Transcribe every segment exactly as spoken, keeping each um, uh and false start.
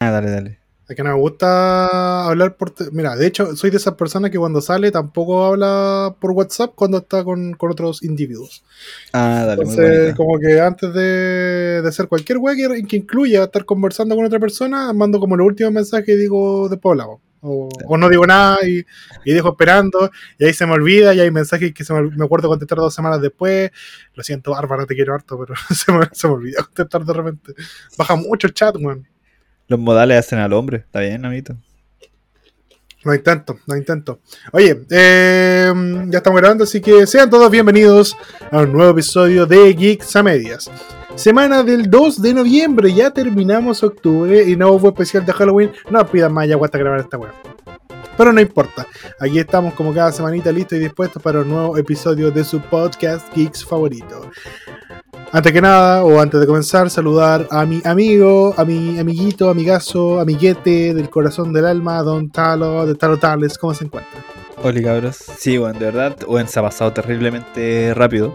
Ah, dale, dale. Es que no me gusta hablar por... Te- Mira, de hecho, soy de esas personas que cuando sale tampoco habla por WhatsApp cuando está con, con otros individuos. Ah, dale, muy Entonces, bonita. como que antes de, de hacer cualquier web que, que incluya estar conversando con otra persona, mando como los últimos mensajes y digo, después hablamos. O, o no digo nada y, y dejo esperando, y ahí se me olvida, y hay mensajes que se me, me acuerdo contestar dos semanas después. Lo siento, Bárbara, te quiero harto, pero se me, se me olvidó contestar de repente. Baja mucho el chat, man. Los modales hacen al hombre. Está bien, amito. No intento, no intento. Oye, eh, ya estamos grabando, así que sean todos bienvenidos a un nuevo episodio de Geeks a Medias. Semana del dos de noviembre, ya terminamos octubre y no hubo especial de Halloween. No pidan más ya hasta grabar esta web. Pero no importa, aquí estamos como cada semanita listos y dispuestos para un nuevo episodio de su podcast Geeks favorito. Antes que nada, o antes de comenzar, saludar a mi amigo, a mi amiguito, amigazo, amiguete del corazón del alma, Don Talo, de Talo Tales. ¿Cómo se encuentra? Hola, cabros. Sí, bueno, de verdad, bueno, se ha pasado terriblemente rápido.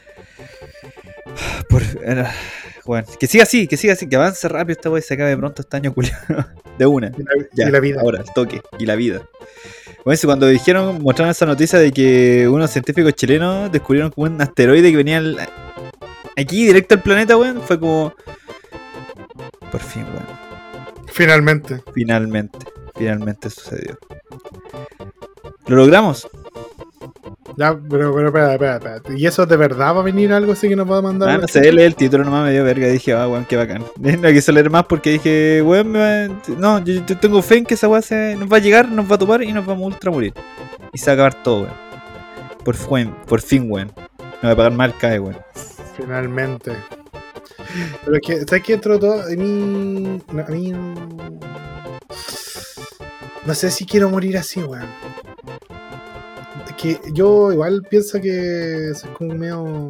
Por, eh, bueno, que siga así, que siga así, que avance rápido esta wey, se acabe pronto este año culiado. De una. Y la, Ya, y la vida. ahora, el toque. Y la vida. Bueno, si cuando dijeron, mostraron esa noticia de que unos científicos chilenos descubrieron como un asteroide que venía al- aquí directo al planeta, weón, fue como... Por fin, weón. Finalmente. Finalmente, finalmente sucedió. ¿Lo logramos? Ya, pero, pero, espera, espera, espera. ¿Y eso de verdad va a venir algo así que nos va a mandar? Ah, no sé, leí el título nomás, me dio verga. Dije, ah, weón, qué bacán. No quise leer más porque dije, weón, me va- no, yo, yo tengo fe en que esa weá se... nos va a llegar, nos va a topar y nos vamos a ultra morir. Y se va a acabar todo, weón. Por fin, por fin, weón. Me va a pagar mal cae, weón. Finalmente. Pero es que, ¿sabes qué? Dentro de todo, a mí. no, A mí. No, no sé si quiero morir así, weón. Es que yo igual pienso que soy como medio.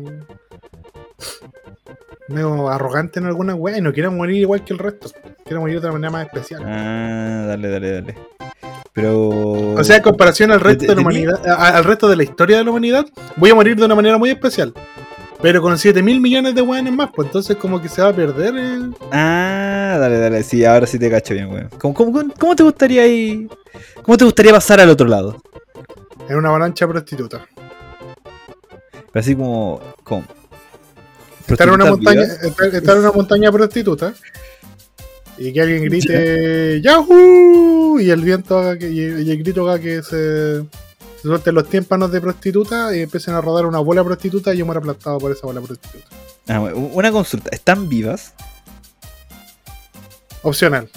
medio arrogante en alguna weá y no quiero morir igual que el resto. Quiero morir de una manera más especial. Ah, dale, dale, dale. Pero... O sea, en comparación al resto ¿De- de la de mí? humanidad, a- al resto de la historia de la humanidad, voy a morir de una manera muy especial. Pero con siete mil millones de weones más, pues entonces como que se va a perder el... Ah, dale, dale, sí, ahora sí te cacho bien, weón. ¿Cómo, cómo, cómo- cómo te gustaría ir? ¿Cómo te gustaría pasar al otro lado? en una avalancha prostituta. Pero así como... como Estar en una montaña, prostitutas vivas. estar, estar en una montaña prostituta y que alguien grite ¡Yahoo! Y el viento haga que, y y el grito haga que se, se suelten los tímpanos de prostituta y empiecen a rodar una bola prostituta y yo muero aplastado por esa bola prostituta. Ah, bueno, una consulta, ¿están vivas? Opcional.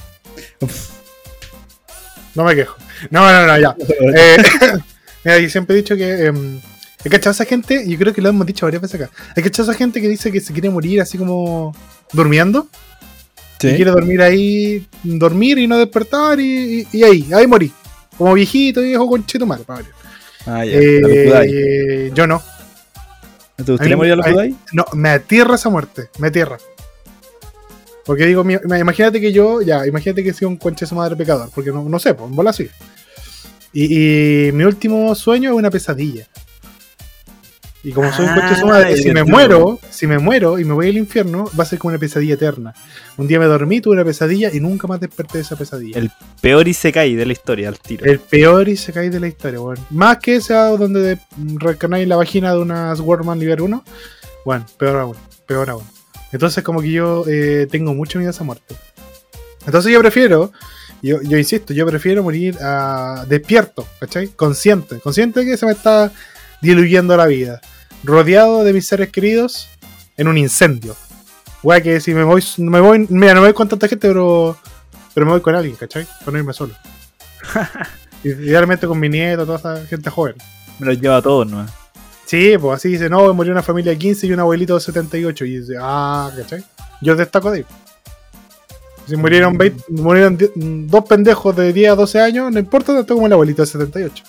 No me quejo. No, no, no, ya. Eh, mira, yo siempre he dicho que eh, hay cachado a esa gente, y yo creo que lo hemos dicho varias veces acá. Hay cachado a esa gente que dice que se quiere morir así como durmiendo. Y quiere dormir ahí, dormir y no despertar y, y, y ahí, ahí morí. Como viejito, viejo conchetumare, padre. Ah, ya, a los Kudai. Eh, yo no. ¿No te gustaría a mí- morir a los a- Kudai? No, me atierra esa muerte, me atierra. Porque digo, mi- imagínate que yo, ya, imagínate que soy un conche su madre pecador, porque no, no sé, pues, en bola así. Y, y mi último sueño es una pesadilla. Y como soy un Ah, conche su madre, si me divertido. muero, si me muero y me voy al infierno, va a ser como una pesadilla eterna. Un día me dormí, tuve una pesadilla y nunca más desperté de esa pesadilla. El peor Isekai de la historia, al tiro. El peor Isekai de la historia, weón. Más que ese donde reencarnáis la vagina de una Swordman Nivel uno. Bueno, peor aún, peor aún. Entonces como que yo eh, tengo mucho miedo a esa muerte. Entonces yo prefiero, yo, yo insisto, yo prefiero morir ah, despierto, ¿cachai? Consciente, consciente de que se me está diluyendo la vida. Rodeado de mis seres queridos en un incendio. Weá que si me voy, me voy, mira, no me voy con tanta gente, pero pero me voy con alguien, ¿cachai? Para no irme solo. Idealmente con mi nieto, toda esa gente joven. Me los lleva a todos, ¿no? Sí, pues así dice, no, murió una familia de quince y un abuelito de setenta y ocho. Y dice, ah, ¿cachai? Yo destaco de ahí. Si murieron, veinte, murieron die- dos pendejos de diez a doce años, no importa, tanto como el abuelito de setenta y ocho.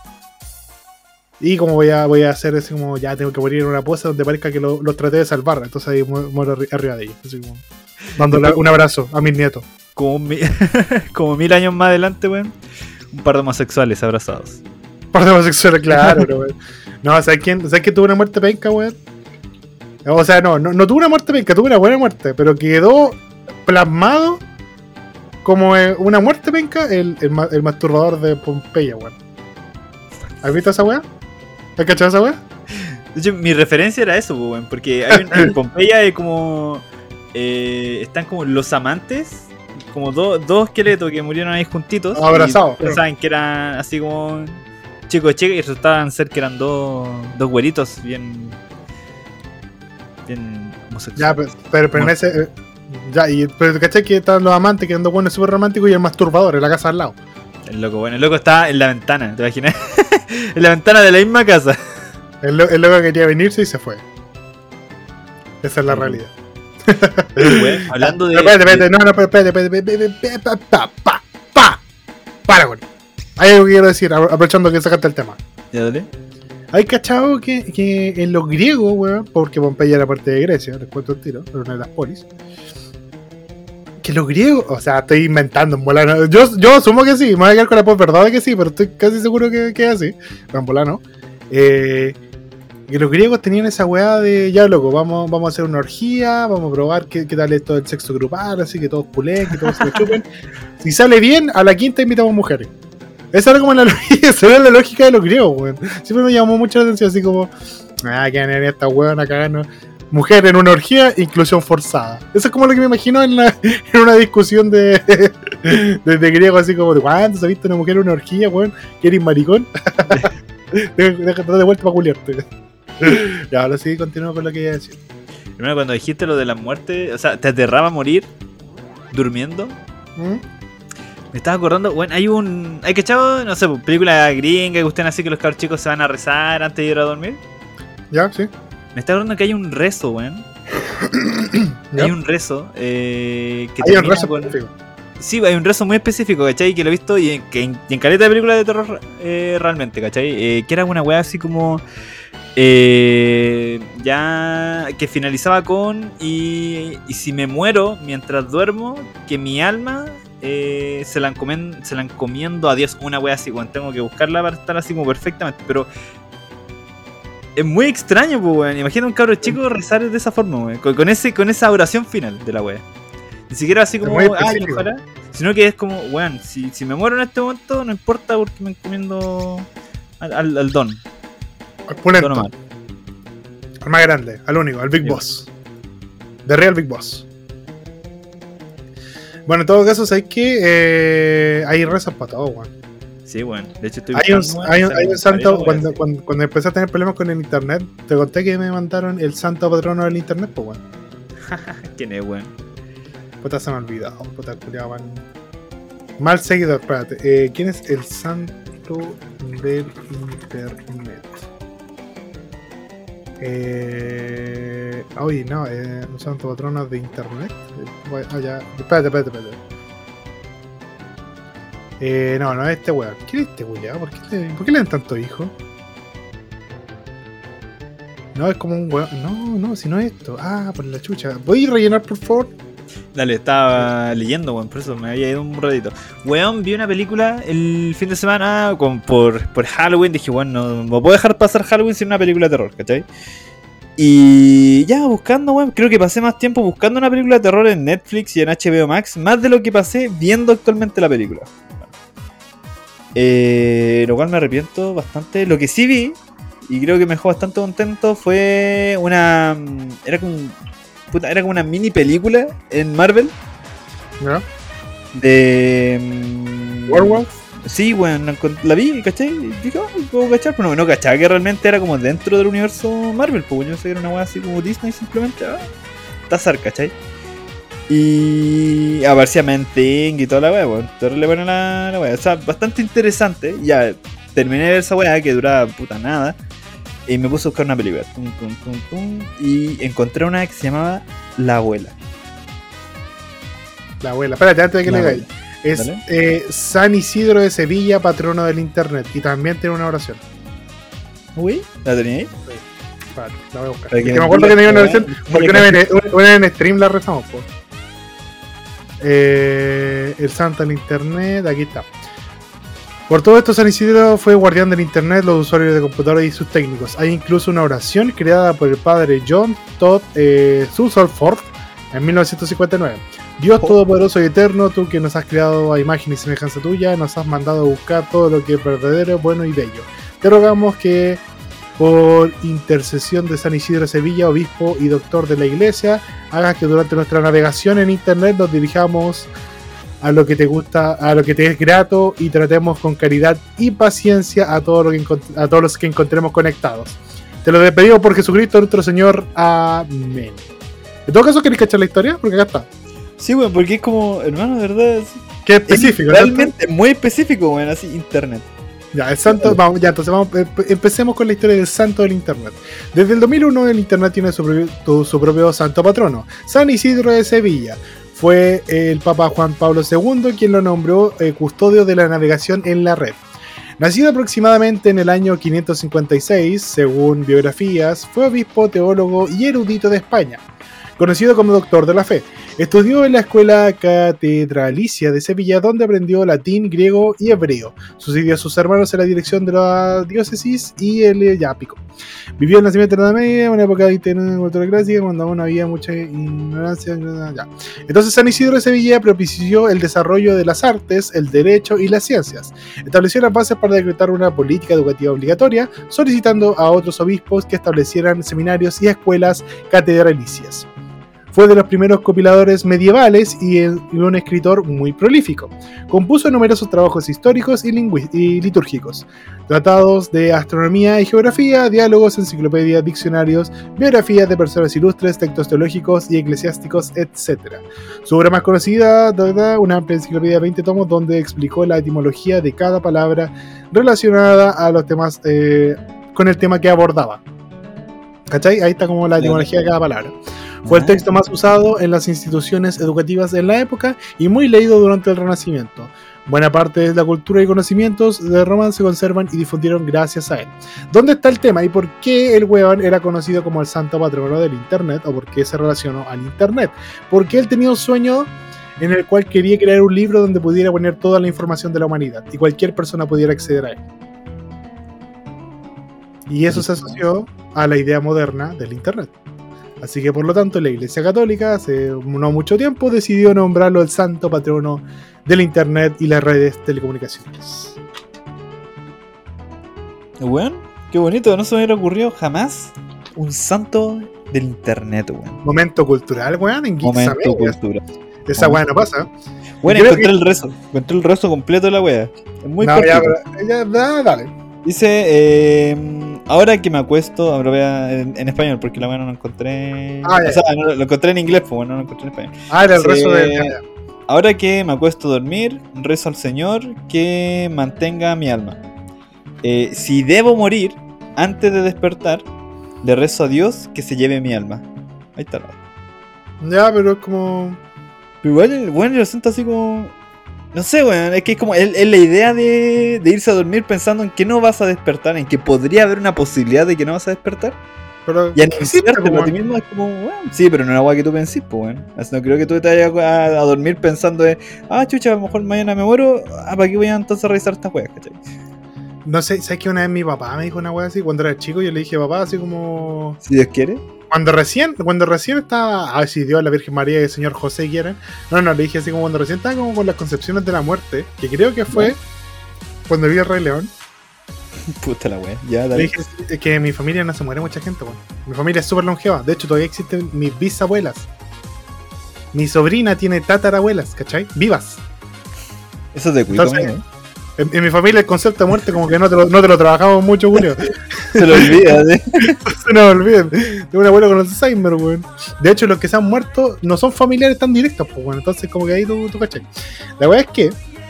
Y como voy a, voy a hacer así como, ya tengo que morir en una pose donde parezca que lo- los traté de salvar. Entonces ahí mu- muero arri- arriba de ellos. Así como, dándole un abrazo a mis nietos. Como, mi- como mil años más adelante, weón. Un par de homosexuales abrazados. Parte homosexual, claro, pero, weón. No, ¿sabes quién? ¿Sabes que tuvo una muerte penca, weón? O sea, no, no, no tuvo una muerte penca, tuvo una buena muerte, pero quedó plasmado como eh, una muerte penca, el, el, ma- el masturbador de Pompeya, weón. ¿Has visto esa weá? ¿Has cachado esa weá? De hecho, mi referencia era eso, weón, porque hay un, en Pompeya es como... Eh, están como los amantes, como do- dos esqueletos que murieron ahí juntitos. Abrazados, y pensaban que eran así como chicos y chicas y resultaban ser que eran dos, dos güeritos bien... Bien homosexuales. Ya, pero, pero, pero en Bueno. ese. eh, Ya, y pero ¿cachai que estaban los amantes que andan buenos súper románticos y el masturbador en la casa al lado? El loco, bueno, el loco está en la ventana, ¿te imaginas? En la ventana de la misma casa. El, lo- el loco quería venirse y se fue. Esa es la Mm. realidad. Weón, hablando de... Pero espérate, espérate, de- no, no, pero espérate, espérate, espérate, espérate, espérate, pa, pa, pa, para, güey. Hay algo que quiero decir, apro- aprovechando que sacaste el tema. ¿Ya dale? Hay cachado que, que en los griegos, weón, porque Pompeya era parte de Grecia, les cuento el tiro, era una de las polis. Que los griegos, o sea, estoy inventando en bola, no, yo, yo asumo que sí, me voy a quedar con la posverdad de que sí, pero estoy casi seguro que, que es así, pero en bola no. Eh, que los griegos tenían esa weá de, ya loco, vamos, vamos a hacer una orgía, vamos a probar qué, qué tal es todo el sexo grupal, así que todos pulen, que todos se lo chupen. Si sale bien, a la quinta invitamos mujeres. Esa era como la, esa era la lógica de los griegos, weón. Siempre me llamó mucho la atención, así como, ah, que en esta weón acá, no. Mujer en una orgía, inclusión forzada. Eso es como lo que me imagino en, la, en una discusión de, de, de griego, así como, ¿cuándo se ha visto una mujer en una orgía, weón? ¿Que eres maricón? Déjate de vuelta para culiarte. Ya, ahora sí, continúo con lo que iba a decir. Primero, cuando dijiste lo de la muerte, o sea, te aterraba morir durmiendo. ¿Mm? Me estaba acordando, bueno, hay un... ¿Hay cachado? No sé, película gringa que gustan así que los cabros chicos se van a rezar antes de ir a dormir. ¿Ya? ¿Sí? Me está acordando que hay un rezo, weón. ¿Ya? Hay un rezo eh, que Hay un termina rezo con- específico. Sí, hay un rezo muy específico, ¿cachai? Que lo he visto y en, que en, y en caleta de películas de terror eh, realmente, ¿cachai? Eh, que era una weá así como... eh, ya que finalizaba con y, y si me muero mientras duermo, que mi alma eh, se, la encomen- se la encomiendo a Dios. Una weá así, bueno, tengo que buscarla para estar así como perfectamente, pero... Es muy extraño, pues, weón. Imagina un cabro chico rezar de esa forma, weón. Con, con ese, con esa oración final de la weá. Ni siquiera así como, muy ay, específico. ojalá. Sino que es como, weón, si, si me muero en este momento, no importa porque me encomiendo al, al, al don. Al pulento. Don Omar. Al más grande, al único, al Big Sí. Boss. The Real Big Boss. Bueno, en todo caso, ¿sabes qué? Eh, hay rezas para todo, weón. Sí, weón. De hecho, estoy Hay un, buscando, weón, hay un, esa- hay un esa santo, weá, cuando, sí. cuando, cuando empecé a tener problemas con el internet, te conté que me mandaron el santo patrono del internet, pues, weón. ¿Quién es, weón? Puta, se me ha olvidado. Puta, culiao, man. Mal seguidor, espérate. Eh, ¿Quién es el santo del internet? Eh. Oye, no, eh, un santo patrono de internet. Eh, voy- ah, ya. Espérate, espérate, espérate. Eh, no, no es este weón. ¿Quién es este weón? ¿Por qué le, ¿por qué le dan tantos hijos? No, es como un weón. No, no, si no es esto. Ah, por la chucha. ¿Voy a rellenar, por favor? Dale, estaba leyendo, weón, por eso me había ido un ratito. Weón, vi una película el fin de semana con, por, por Halloween. Dije, weón, no, no puedo dejar pasar Halloween sin una película de terror, ¿cachai? Y ya buscando, weón, creo que pasé más tiempo buscando una película de terror en Netflix y en H B O Max, más de lo que pasé viendo actualmente la película. Eh, lo cual me arrepiento bastante. Lo que sí vi, y creo que me dejó bastante contento, fue una... Era como... Puta, era como una mini película en Marvel ¿Ya? de... mm, ¿Werewolf? Sí, bueno, la, encont- la vi, ¿cachai? Y dije, oh, puedo cachar, pero no, no cachaba que realmente era como dentro del universo Marvel, pues yo sé que era una weá así como Disney simplemente. Ah, Tazar, ¿cachai? Y aparecía Man-Thing y toda la weá, weón. Terrible buena la, la weá. O sea, bastante interesante. Ya terminé de ver esa weá que duraba puta nada. Y me puse a buscar una película. Tum, tum, tum, tum, y encontré una que se llamaba La Abuela. La abuela. Espérate, antes de que La le abuela. digáis. Es Dale. eh, San Isidro de Sevilla, patrono del internet. Y también tiene una oración. Uy, ¿la tenía ahí? Vale, la voy a buscar. Para Es que que me me acuerdo que digas, tenía una weón. oración. Porque una vez, una- una vez en stream la rezamos, pues. Eh, el santo del internet, aquí está. Por todo esto, San Isidro fue guardián del internet, los usuarios de computadores y sus técnicos. Hay incluso una oración creada por el padre John Todd eh, Susselford en mil novecientos cincuenta y nueve. Dios Todopoderoso y Eterno, tú que nos has creado a imagen y semejanza tuya, nos has mandado a buscar todo lo que es verdadero, bueno y bello. Te rogamos que por intercesión de San Isidro de Sevilla, obispo y doctor de la iglesia, hagas que durante nuestra navegación en internet nos dirijamos a lo que te gusta, a lo que te es grato y tratemos con caridad y paciencia a, todo lo que encont- a todos los que encontremos conectados. Te lo despedimos por Jesucristo nuestro Señor. Amén. En todo caso, ¿queréis cachar la historia? Porque acá está. Sí, weón, porque es como, hermano, de verdad. Es, Qué específico, es realmente muy específico, weón, así, internet. Ya, el santo, vamos, ya, entonces vamos, eh, empecemos con la historia del santo del internet. Desde el dos mil uno el internet tiene su propio, su propio santo patrono, San Isidro de Sevilla. Fue el Papa Juan Pablo segundo quien lo nombró eh, custodio de la navegación en la red. Nacido aproximadamente en el año quinientos cincuenta y seis, según biografías, fue obispo, teólogo y erudito de España. Conocido como doctor de la fe, estudió en la escuela catedralicia de Sevilla, donde aprendió latín, griego y hebreo. Sucedió a sus hermanos en la dirección de la diócesis y el Yápico. Vivió el nacimiento de la Edad Media, una época de cultura clásica, cuando aún había mucha ignorancia. Ya. Entonces San Isidro de Sevilla propició el desarrollo de las artes, el derecho y las ciencias. Estableció las bases para decretar una política educativa obligatoria, solicitando a otros obispos que establecieran seminarios y escuelas catedralicias. Fue de los primeros compiladores medievales y un escritor muy prolífico. Compuso numerosos trabajos históricos y, lingüí- y litúrgicos, tratados de astronomía y geografía, diálogos, enciclopedias, diccionarios, biografías de personas ilustres, textos teológicos y eclesiásticos, etcétera. Su obra más conocida, una amplia enciclopedia de veinte tomos donde explicó la etimología de cada palabra relacionada a los temas eh, con el tema que abordaba. ¿Cachai? Ahí está como la etimología de cada palabra. Fue el texto más usado en las instituciones educativas en la época y muy leído durante el Renacimiento. Buena parte de la cultura y conocimientos de Roma se conservan y difundieron gracias a él. ¿Dónde está el tema y por qué el weón era conocido como el santo patrono del internet? ¿O por qué se relacionó al internet? Porque él tenía un sueño en el cual quería crear un libro donde pudiera poner toda la información de la humanidad y cualquier persona pudiera acceder a él. Y eso se asoció a la idea moderna del internet. Así que por lo tanto la Iglesia Católica hace no mucho tiempo decidió nombrarlo el santo patrono del internet y las redes de telecomunicaciones. Weón, qué bonito, no se me hubiera ocurrido jamás un santo del internet, weón. Momento cultural, weón, en Geeks Momento Amedias. cultural. Esa weá no pasa. Bueno, Creo encontré que- el rezo, encontré el rezo completo de la wea. Es muy no, cortito. ya, pero- ya, da- dale. Dice, eh, ahora que me acuesto, ahora voy a- en, en español, porque la wea no lo encontré. Ah, ya. O sea, no, lo encontré en inglés, pues bueno, no lo encontré en español. Ah, era el Sí. rezo de. Ahora que me acuesto a dormir, rezo al Señor que mantenga mi alma. Eh, si debo morir antes de despertar, le rezo a Dios que se lleve mi alma. Ahí está. Ya, pero es como. Pero igual, el bueno, yo lo siento así como. No sé, weón, es que es como. Es, es la idea de, de irse a dormir pensando en que no vas a despertar, en que podría haber una posibilidad de que no vas a despertar. Pero, Y anunciártelo como- a ti mismo es como, weón. Sí, pero no es una weá que tú pensís, pues, weón. Así no creo que tú te vayas a, a dormir pensando de. Ah, chucha, a lo mejor mañana me muero. Ah, ¿para qué voy a entonces a revisar estas weas, cachai? No sé, ¿sabes que una vez mi papá me dijo una weá así? Cuando era chico, yo le dije, papá, así como. Si Dios quiere. Cuando recién, cuando recién estaba. Ah, si Dios, la Virgen María y el Señor José quieren. No, no, le dije así como cuando recién estaba como con las concepciones de la muerte. Que creo que fue Ya. cuando vi el Rey León. Puta la wea. Ya, Le dale. dije así, que en mi familia no se muere mucha gente, weón. Mi familia es súper longeva. De hecho, todavía existen mis bisabuelas. Mi sobrina tiene tatarabuelas, ¿cachai? Vivas. Eso es de cuico, Entonces, ¿no? En, en mi familia el concepto de muerte como que no te lo, no te lo trabajamos mucho, Julio. Se lo olvida, ¿sí? No me olviden. Tengo un abuelo con Alzheimer, weón. De hecho, los que se han muerto no son familiares tan directos, pues, bueno. Entonces, como que ahí tú, tú cachai. La weá es que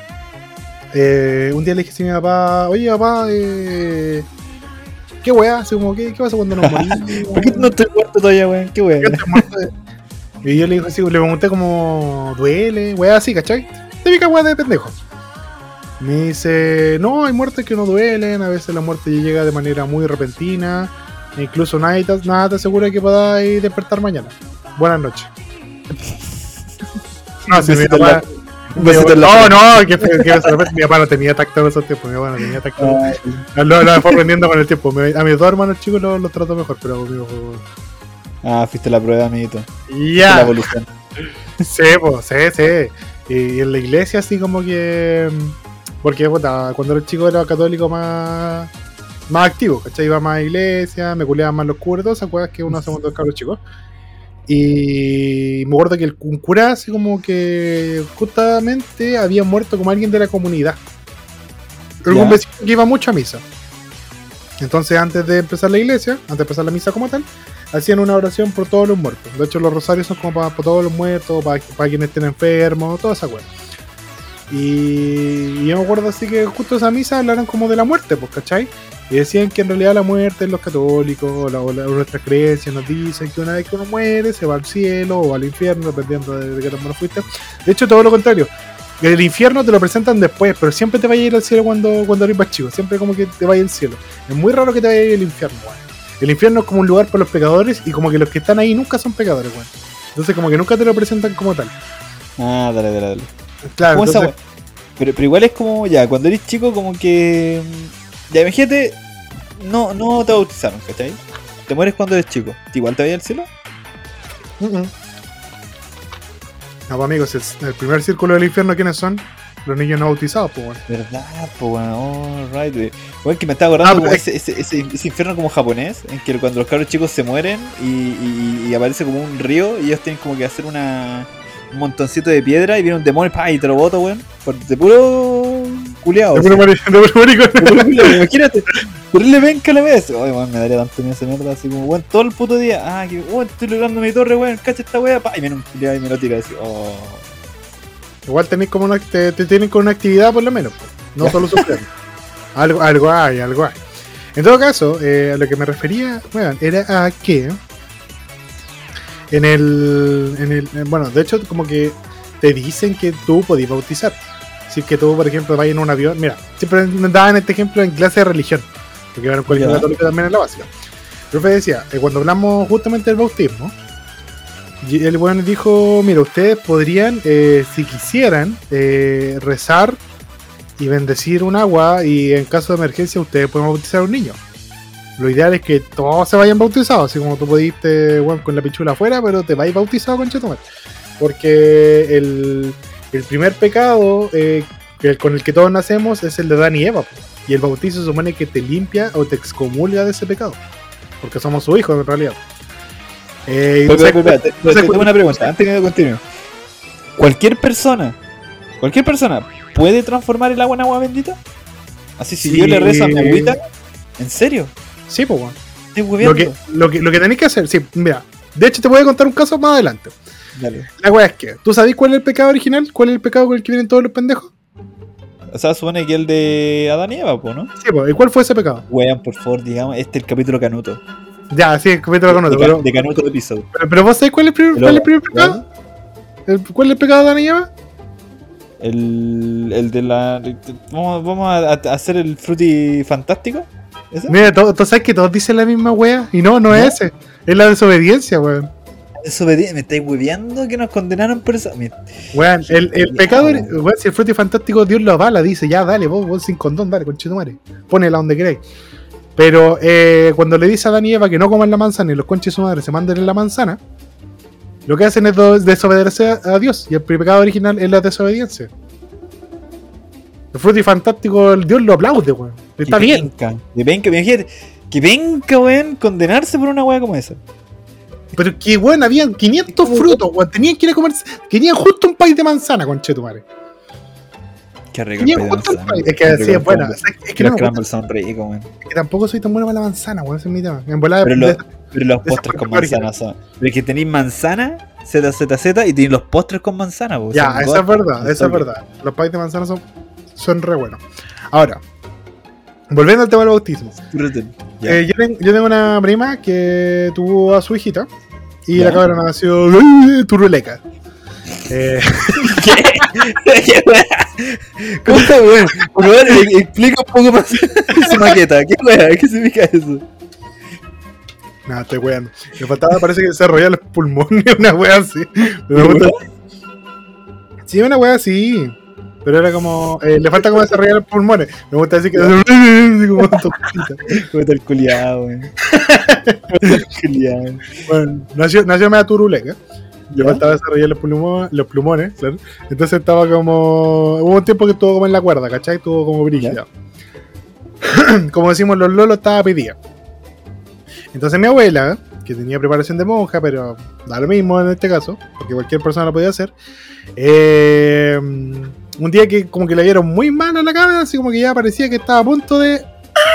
eh, un día le dije así a mi papá, oye, papá, eh, ¿qué weá? Así como, ¿qué, qué pasa cuando nos morimos? ¿Por qué no estoy muerto todavía, weón? Qué ¿Qué weón. estás muerto? Y yo le dije así, le pregunté como, ¿duele? Weá así, ¿cachai? Típica weá de pendejo. Me dice, no, hay muertes que no duelen, a veces la muerte llega de manera muy repentina, e incluso nadie te, nada te asegura que podáis despertar mañana. Buenas noches. No, si mi besito en papá... la- un besito en la No, frente. no, que, que, que mi papá no tenía tacto en esos tiempos, mi papá no tenía tacto. Ay, Lo, lo fue aprendiendo con el tiempo. Me- a mis dos hermanos chicos los, los trato mejor, pero conmigo fue- Ah, fuiste la prueba, amiguito. Fuiste la Ya, evolución. Sí, pues, sí, sí. Y en la iglesia así como que... Porque puta, cuando era chico era católico más más activo, ¿cachai? Iba más a iglesia, me culeaban más los curas, todas esas cosas que uno hace cuando es cabros chicos. Y me acuerdo que el, un cura así como que justamente había muerto como alguien de la comunidad. Algún vecino que iba mucho a misa. Entonces antes de empezar la iglesia, antes de empezar la misa como tal, hacían una oración por todos los muertos. De hecho los rosarios son como para, para todos los muertos, para, para quienes estén enfermos, toda esa cosa. Y, y yo me acuerdo así que justo esa misa hablaron como de la muerte, pues, ¿cachai? Y decían que en realidad la muerte en los católicos, la, o la, nuestras creencias nos dicen que una vez que uno muere se va al cielo o al infierno, dependiendo de, de qué tan bueno fuiste. De hecho, todo lo contrario. El infierno te lo presentan después, pero siempre te va a ir al cielo cuando, cuando eres más chico. Siempre como que te vaya al cielo. Es muy raro que te vaya a ir al infierno, weón. El infierno es como un lugar para los pecadores y como que los que están ahí nunca son pecadores, weón. Entonces como que nunca te lo presentan como tal. Ah, dale, dale, dale. Claro, ¿Cómo entonces... esa... pero, pero igual es como, ya, cuando eres chico como que... Ya, imagínate, no, no te bautizaron, ¿cachai? Te mueres cuando eres chico. ¿Igual te vaya al cielo? Uh-uh. No, pues amigos, el, el primer círculo del infierno, ¿quiénes son? Los niños no bautizados, pues bueno. ¿Verdad? Pues bueno, alright, wey. Bueno, que me estaba acordando Ah, como es... ese, ese, ese, ese infierno como japonés, en que cuando los cabros chicos se mueren y, y, y aparece como un río y ellos tienen como que hacer una un montoncito de piedra y viene un demonio pa, y te lo bota, weón. Por, de puro culiao. De puro maricón. De puro maricón. Imagínate. Terrible venca la vez. Ay, weón, me daría tanto miedo esa mierda. Así como, weón, todo el puto día. Ah, que, weón, estoy logrando mi torre, weón. Cacha esta wea. Pa, y viene un culiao y me lo tira así. Oh. Igual tenéis como una, te, te tienen con una actividad por lo menos, pues. No solo sufrir. algo, algo hay, algo hay. En todo caso, eh, a lo que me refería, bueno, era a que en el, en el, bueno, de hecho como que te dicen que tú podías bautizar. Si es que tú, por ejemplo, vas en un avión, mira, siempre me daban este ejemplo en clase de religión, porque en el colegio católico también es la básica. El profe decía, eh, cuando hablamos justamente del bautismo, y el bueno dijo, mira, ustedes podrían, eh, si quisieran, eh, rezar y bendecir un agua y en caso de emergencia ustedes pueden bautizar a un niño. Lo ideal es que todos se vayan bautizados, así como tú pudiste, bueno, con la pichula afuera, pero te vais bautizado con chetumar. Porque el, el primer pecado eh, el, con el que todos nacemos es el de Adán y Eva. Y el bautizo se supone que te limpia o te excomulga de ese pecado. Porque somos sus hijos en realidad. Eh, pero, pero, pero, te, te, tengo una pregunta, antes de continuar. ¿Cualquier persona, cualquier persona puede transformar el agua en agua bendita? Así si sí. Dios le reza a mi agüita, ¿en serio? Sí, pues bueno. Estoy lo que, lo, que, lo que tenéis que hacer, sí, mira, de hecho te voy a contar un caso más adelante. Dale. La wea es que, ¿tú sabés cuál es el pecado original? ¿Cuál es el pecado con el que vienen todos los pendejos? O sea, supone que el de Adán y Eva, ¿no? Sí, pues, ¿y cuál fue ese pecado? Wean, por favor, digamos, este es el capítulo Canuto. Ya, sí, el capítulo Canuto. De, pero, de Canuto de episodio. Pero, pero ¿vos sabés cuál es el primer, cuál es el primer pecado? ¿El, ¿Cuál es el pecado de Adán y Eva? El, el de la... Vamos, vamos a, a hacer el fruti fantástico. ¿Ese? Mira, tú sabes que todos dicen la misma wea. Y no, no, ¿no? es ese. Es la desobediencia, weón. Desobediencia, me estáis hueveando que nos condenaron por eso. Weón, el, el pecado, weón, si el fruto fantástico Dios lo avala, dice, ya, dale, vos, vos sin condón, dale, conchetumare. Ponela donde queréis. Pero eh, cuando le dice a Adán y Eva que no coman la manzana y los conches de su madre se manden en la manzana, lo que hacen es desobedecer a Dios. Y el pecado original es la desobediencia. El fruto fantástico, Dios lo aplaude, weón. Está que bien. Venga, que venga, imagínate, que venga, weón, condenarse por una weá como esa. Pero que, weón, habían quinientos frutos, weón. Tenían que ir a comerse. Querían justo un país de manzana, conchetumare. Qué rico el país de manzana. Es que así es buena. Es que los crumbles son ricos, weón. Es que tampoco soy tan bueno para la manzana, weón. Ese es mi tema. En volada, pero, de, lo, de, pero los postres con manzana son. Pero es que tenéis manzana, Z Z Z, y tenéis los postres con manzana, weón. Ya, esa es verdad, esa es verdad. Los países de manzana son, son re buenos. Ahora, volviendo al tema del bautismo. Eh, yo, tengo, yo tengo una prima que tuvo a su hijita y ¿ya? La cabra nació turuleca. Eh. ¿Qué? ¿Cómo está, weón? Por favor, explica un poco más su maqueta. ¿Qué weón? ¿Qué significa eso? Nada, estoy weando. Le faltaba, parece que desarrollar los pulmones, una wea así. Me gusta... Sí, una wea así. Pero era como. Eh, le falta como desarrollar los pulmones. Me gusta decir que. Como ¿Cómo está el culiado, weón? El culiado. Bueno, nació, nació media turuleca. Le faltaba desarrollar los plumones, los plumones, claro. Entonces estaba como. Hubo un tiempo que estuvo como en la cuerda, ¿cachai? Estuvo como brígida. Como decimos los lolos, estaba pedida. Entonces mi abuela, que tenía preparación de monja, pero da lo mismo en este caso, porque cualquier persona lo podía hacer. Eh, un día que como que le dieron muy mal a la cabeza, así como que ya parecía que estaba a punto de.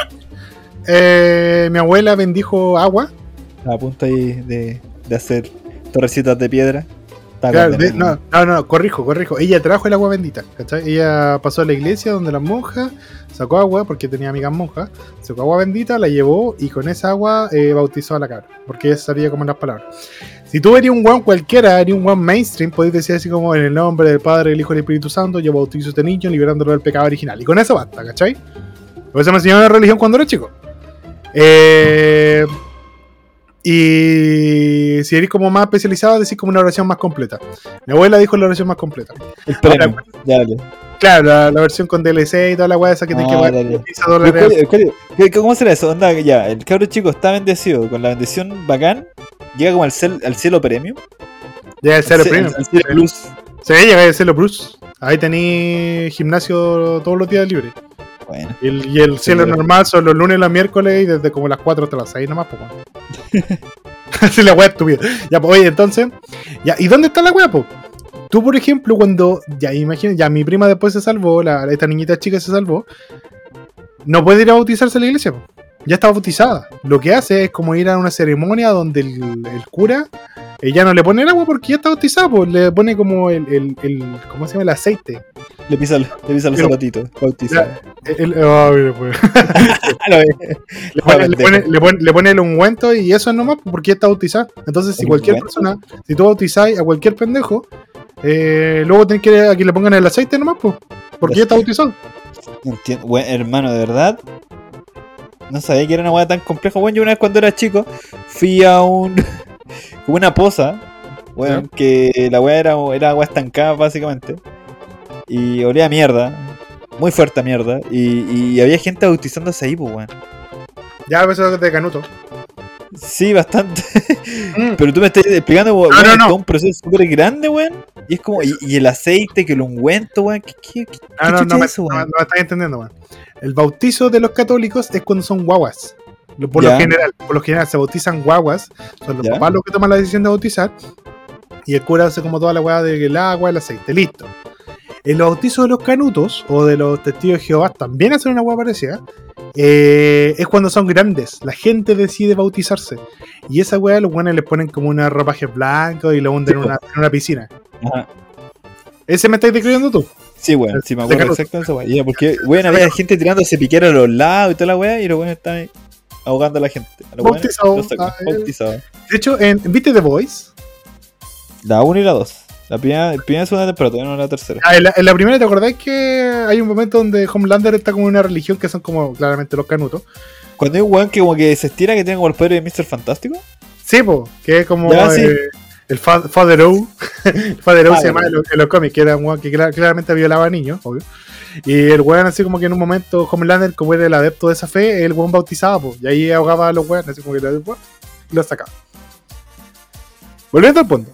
Eh, mi abuela bendijo agua. A punto ahí de, de hacer torrecitas de piedra. Claro, de, no, no, no, corrijo, corrijo. Ella trajo el agua bendita, ¿cachai? Ella pasó a la iglesia donde las monjas, sacó agua, porque tenía amigas monjas, sacó agua bendita, la llevó y con esa agua eh, bautizó a la cabra, porque ella sabía como las palabras. Si tú verías un one cualquiera, haría un one mainstream, podéis decir así como en el nombre del Padre, del Hijo y del Espíritu Santo, yo bautizo a este niño liberándolo del pecado original. Y con eso basta, ¿cachai? Por eso me enseñaron la religión cuando era chico. Eh... Y si eres como más especializado, decís como una oración más completa. Mi abuela dijo la oración más completa. Ahora, dale. Claro, la, la versión con D L C y toda la weá esa que ah, tenés que pagar. ¿Cómo será eso? Onda, ya, el cabro chico está bendecido con la bendición bacán. Llega como al, cel, al cielo premium. Llega al cielo al premium. Al cielo plus. Sí, llega al cielo plus. Ahí tenés gimnasio todos los días libres. Bueno. Y el, y el cielo sí, normal son los lunes y los miércoles y desde como las cuatro hasta las seis nomás, pues. Así la weá estúpida. Ya, pues, oye, entonces. Ya, ¿y dónde está la weá, pues? Tú, por ejemplo, cuando. Ya, imagina, ya mi prima después se salvó, la, esta niñita chica se salvó. No puede ir a bautizarse a la iglesia, pues. Ya está bautizada. Lo que hace es como ir a una ceremonia donde el, el cura. Ella no le pone el agua porque ya está bautizada, pues le pone como el, el, el ¿cómo se llama? El aceite. Le pisa, le pisa los zapatitos, bautizado. El, el, oh, mira, pues. le, pone, le, pone, le, pone, le pone el ungüento y eso es nomás porque ya está bautizada. Entonces, si cualquier persona, si tú bautizáis a cualquier pendejo, eh, luego tenés que ir a que le pongan el aceite nomás, pues, porque ya está bautizado. Entiendo. Bueno, hermano, de verdad. No sabía que era una hueá tan compleja. Bueno, yo una vez cuando era chico fui a un. como una poza. Bueno, ¿sí? Que la hueá era, era agua estancada básicamente. Y olía a mierda. Muy fuerte a mierda. Y, y había gente bautizándose ahí, pues, weón. Ya, eso es de Canuto. Sí, bastante. Mm. Pero tú me estás explicando, weón, no, no, no. Es un proceso súper grande, weón. Y es como, y, y el aceite, que el ungüento, weón. ¿Qué, qué, qué, no, no, no, me, eso, no, no me estás entendiendo, weón. El bautizo de los católicos es cuando son guaguas. Por ya. lo general, por lo general se bautizan guaguas. Son los ya. papás los que toman la decisión de bautizar. Y el cura hace como toda la weá del agua, el aceite. Listo. El bautizo de los canutos o de los testigos de Jehová también hacen una hueá parecida. Eh, es cuando son grandes. La gente decide bautizarse. Y esa hueá los buenos les ponen como una ropaje blanco y lo hunden en una, en una piscina. Ajá. ¿Ese me estás describiendo tú? Sí, weón. Sí, me acuerdo exacto de esa hueá. Porque, weón, había gente tirándose piquera a los lados y toda la hueá. Y los buenos están ahí ahogando a la gente. A bautizado. Ah, bautizado. De hecho, en, ¿viste The Voice? La uno y la dos. La primera, la primera segunda temporada, todavía no la tercera. Ah, en, la, en la primera, ¿te acordáis que hay un momento donde Homelander está como en una religión que son como claramente los canutos? Cuando hay un weón que como que se estira, que tiene como el poder de míster Fantástico. Sí, po, que es como ya, sí. eh, el fa Father O. El Father O ah, se llama en los, en los cómics, que era un weón que clar, claramente violaba a niños, obvio. Y el weón así como que en un momento Homelander, como era el adepto de esa fe, el weón bautizaba, po, y ahí ahogaba a los weones, así como que lo, lo sacaba. Volviendo al punto.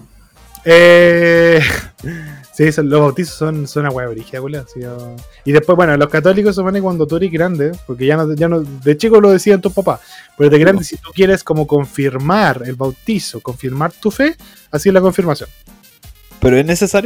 Eh, sí, son, los bautizos son, son una hueá brígida, ¿sí? Y después, bueno, los católicos se supone cuando tú eres grande, porque ya no, ya no, de chico lo decían tus papás, pero de grande, si tú quieres como confirmar el bautizo, confirmar tu fe, así es la confirmación. ¿Pero es necesario?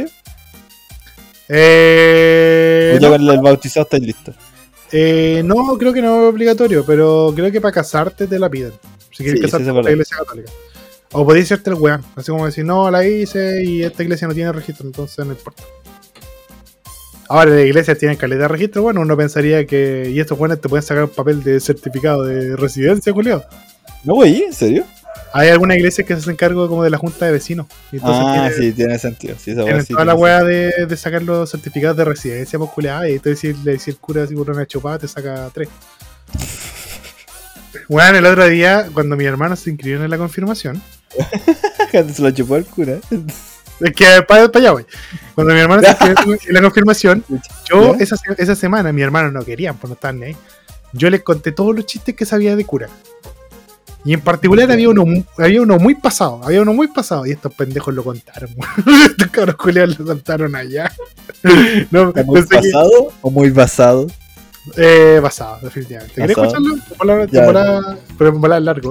Eh, o ya no, el bautizado está listo. Eh, no, creo que no es obligatorio, pero creo que para casarte te la piden. Si quieres sí, casarte con la iglesia católica. O podéis hacerte el weón, así como decir, no, la hice y esta iglesia no tiene registro, entonces no importa. Ahora, las iglesias tienen calidad de registro, bueno, uno pensaría que. Y estos weones te pueden sacar un papel de certificado de residencia, Julio. No, güey, ¿en serio? Hay algunas iglesias que se hacen cargo como de la junta de vecinos. Y entonces ah, tiene, sí, tiene sentido. Sí, esa tienen sí, toda la weá de, de sacar los certificados de residencia, pues culiada, y entonces le decís el cura así por una chupada, te saca tres. Bueno, el otro día, cuando mi hermano se inscribió en la confirmación. Se lo chupó el cura. Es que para pa allá, güey. Cuando mi hermano se inscribió en la confirmación, yo esa, esa semana, mi hermano no querían, pues no estaban ni ahí. Yo les conté todos los chistes que sabía de cura. Y en particular había uno, había uno muy pasado, había uno muy pasado, y estos pendejos lo contaron. Estos cabros culiados lo contaron allá. No, ¿Muy pasado que... o muy basado? Eh, basado, definitivamente. ¿Querés escucharlo? Temporada, temporada, pero temporada largo.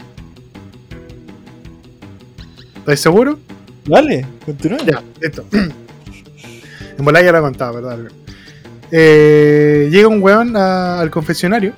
¿Estás seguro? Vale, continúa. Ya, listo. En volada ya lo he contado, ¿verdad? Eh, llega un weón a, al confesionario.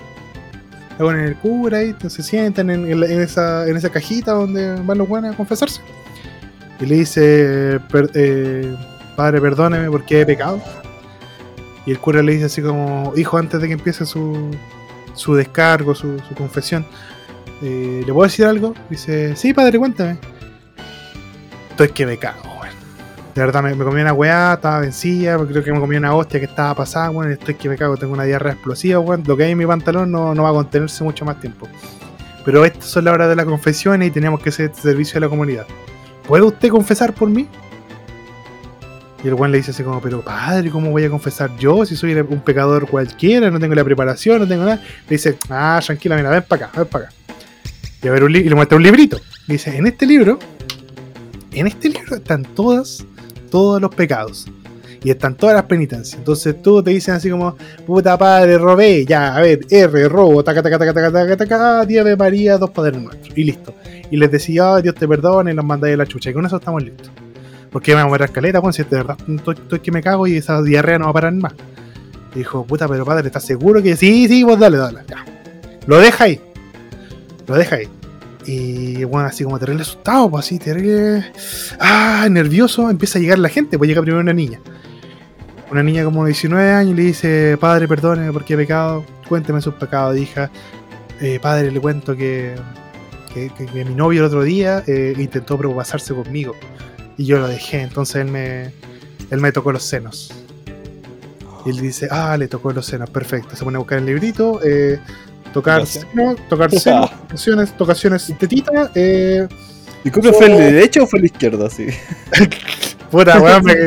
Con el cura ahí, se sientan en, en, en, esa, en esa cajita donde van los buenos a confesarse. Y le dice, per, eh, padre, perdóneme porque he pecado. Y el cura le dice así como, hijo, antes de que empiece su, su descargo, su, su confesión, eh, ¿le puedo decir algo? Dice, sí, padre, cuéntame. Esto es que me cago, weón. De verdad, me, me comí una weá, estaba vencida, creo que me comí una hostia que estaba pasada, weón. Esto es que me cago, tengo una diarrea explosiva, weón. Lo que hay en mi pantalón no, no va a contenerse mucho más tiempo. Pero estas son las horas de la confesión y tenemos que hacer este servicio a la comunidad. ¿Puede usted confesar por mí? Y el weón le dice así como, pero padre, ¿cómo voy a confesar yo si soy un pecador cualquiera? No tengo la preparación, no tengo nada. Le dice, ah, tranquila, mira, ven para acá, ven para acá. Y, a ver un li- y le muestra un librito. Le dice, en este libro, en este libro están todas, todos los pecados. Y están todas las penitencias. Entonces tú te dicen así como, puta padre, robé, ya, a ver, R, robo, taca, taca, taca, taca, taca, taca, Dios de María, dos padres nuestros. Y listo. Y les decía, oh, Dios te perdone, y los mandáis a la chucha. Y con eso estamos listos. Porque me voy a morir escaleta, bueno, si de verdad estoy, estoy que me cago y esa diarrea no va a parar más. Y dijo, puta, pero padre, ¿estás seguro que sí? Sí, vos dale, dale, ya. Lo deja ahí. Lo deja ahí. Y bueno, así como terrible asustado, pues así, terrible. Ah, nervioso, empieza a llegar la gente, pues llega primero una niña. Una niña como de diecinueve años y le dice, padre, perdóneme porque he pecado, cuénteme sus pecados, hija. Eh, padre, le cuento que, que, que, que mi novio el otro día eh, intentó propasarse conmigo. Y yo lo dejé, entonces él me él me tocó los senos. Y él dice, ah, le tocó los senos, perfecto. Se pone a buscar el librito, eh, tocar senos, tocar senos, tocaciones, tocaciones tetita. Eh, ¿Y cómo fue el de derecha o fue el izquierdo? Así. Puta, weón, me.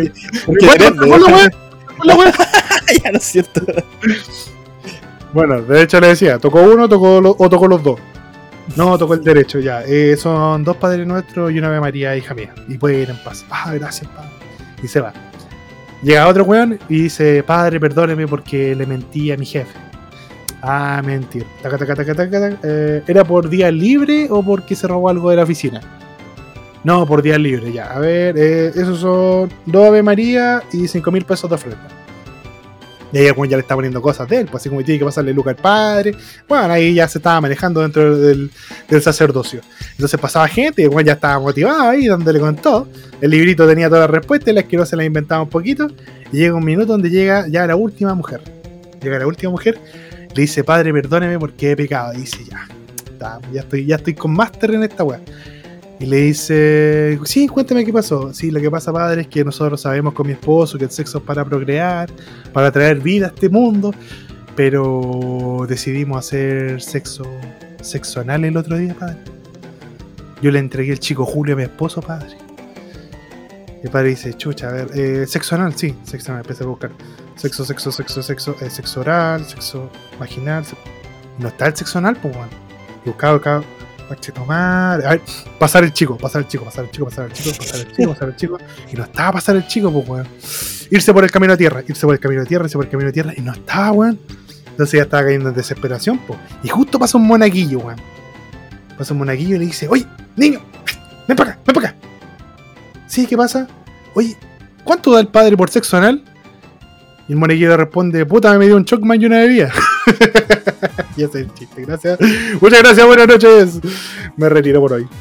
Ya no es cierto. Bueno, de hecho le decía, tocó uno tocó lo, o tocó los dos. No, tocó el derecho, ya. Eh, son dos Padres Nuestros y una Ave María, hija mía. Y puede ir en paz. Ah, gracias, padre. Y se va. Llega otro weón y dice, padre, perdóneme porque le mentí a mi jefe. Ah, mentir. Taca, taca, taca, taca, taca. Eh, ¿Era por día libre o porque se robó algo de la oficina? No, por día libre, ya. A ver, eh, esos son dos Ave María y cinco mil pesos de ofrenda. Y ahí el weón ya le está poniendo cosas de él, pues así como tiene que pasarle Luca al padre. Bueno, ahí ya se estaba manejando dentro del, del sacerdocio. Entonces pasaba gente y el weón ya estaba motivado ahí, dándole con todo. El librito tenía todas las respuestas, la asquerosa se la inventaba un poquito. Y llega un minuto donde llega ya la última mujer. Llega la última mujer, le dice, padre, perdóneme porque he pecado. Y dice, ya, está, ya, estoy, ya estoy con máster en esta weá. Y le dice, sí, cuéntame qué pasó. Sí, lo que pasa, padre, es que nosotros sabemos con mi esposo que el sexo es para procrear, para traer vida a este mundo, pero decidimos hacer sexo, sexo anal el otro día, padre. Yo le entregué el chico Julio a mi esposo, padre. Y el padre dice, chucha, a ver, eh, sexo anal, sí, sexo anal, empecé a buscar. Sexo, sexo, sexo, sexo, eh, sexo oral, sexo vaginal. Sexo... No está el sexo anal, pues, bueno. Y buscaba, buscaba. Tomar, a ver, pasar el chico, pasar el chico, pasar el chico, pasar el chico, pasar el chico, pasar el chico, y no estaba pasar el chico, pues weón. Irse por el camino a tierra, irse por el camino a tierra, irse por el camino a tierra, y no estaba, weón. Entonces ya estaba cayendo en desesperación, pues. Y justo pasa un monaguillo, weón. Pasa un monaguillo y le dice, oye, niño, ven para acá, ven para acá. Sí, ¿qué pasa? Oye, ¿cuánto da el padre por sexo anal? Y el monaguillo le responde, puta, me dio un Chocman y una bebida. Y ese es el chiste, gracias. Muchas gracias, buenas noches. Me retiro por hoy.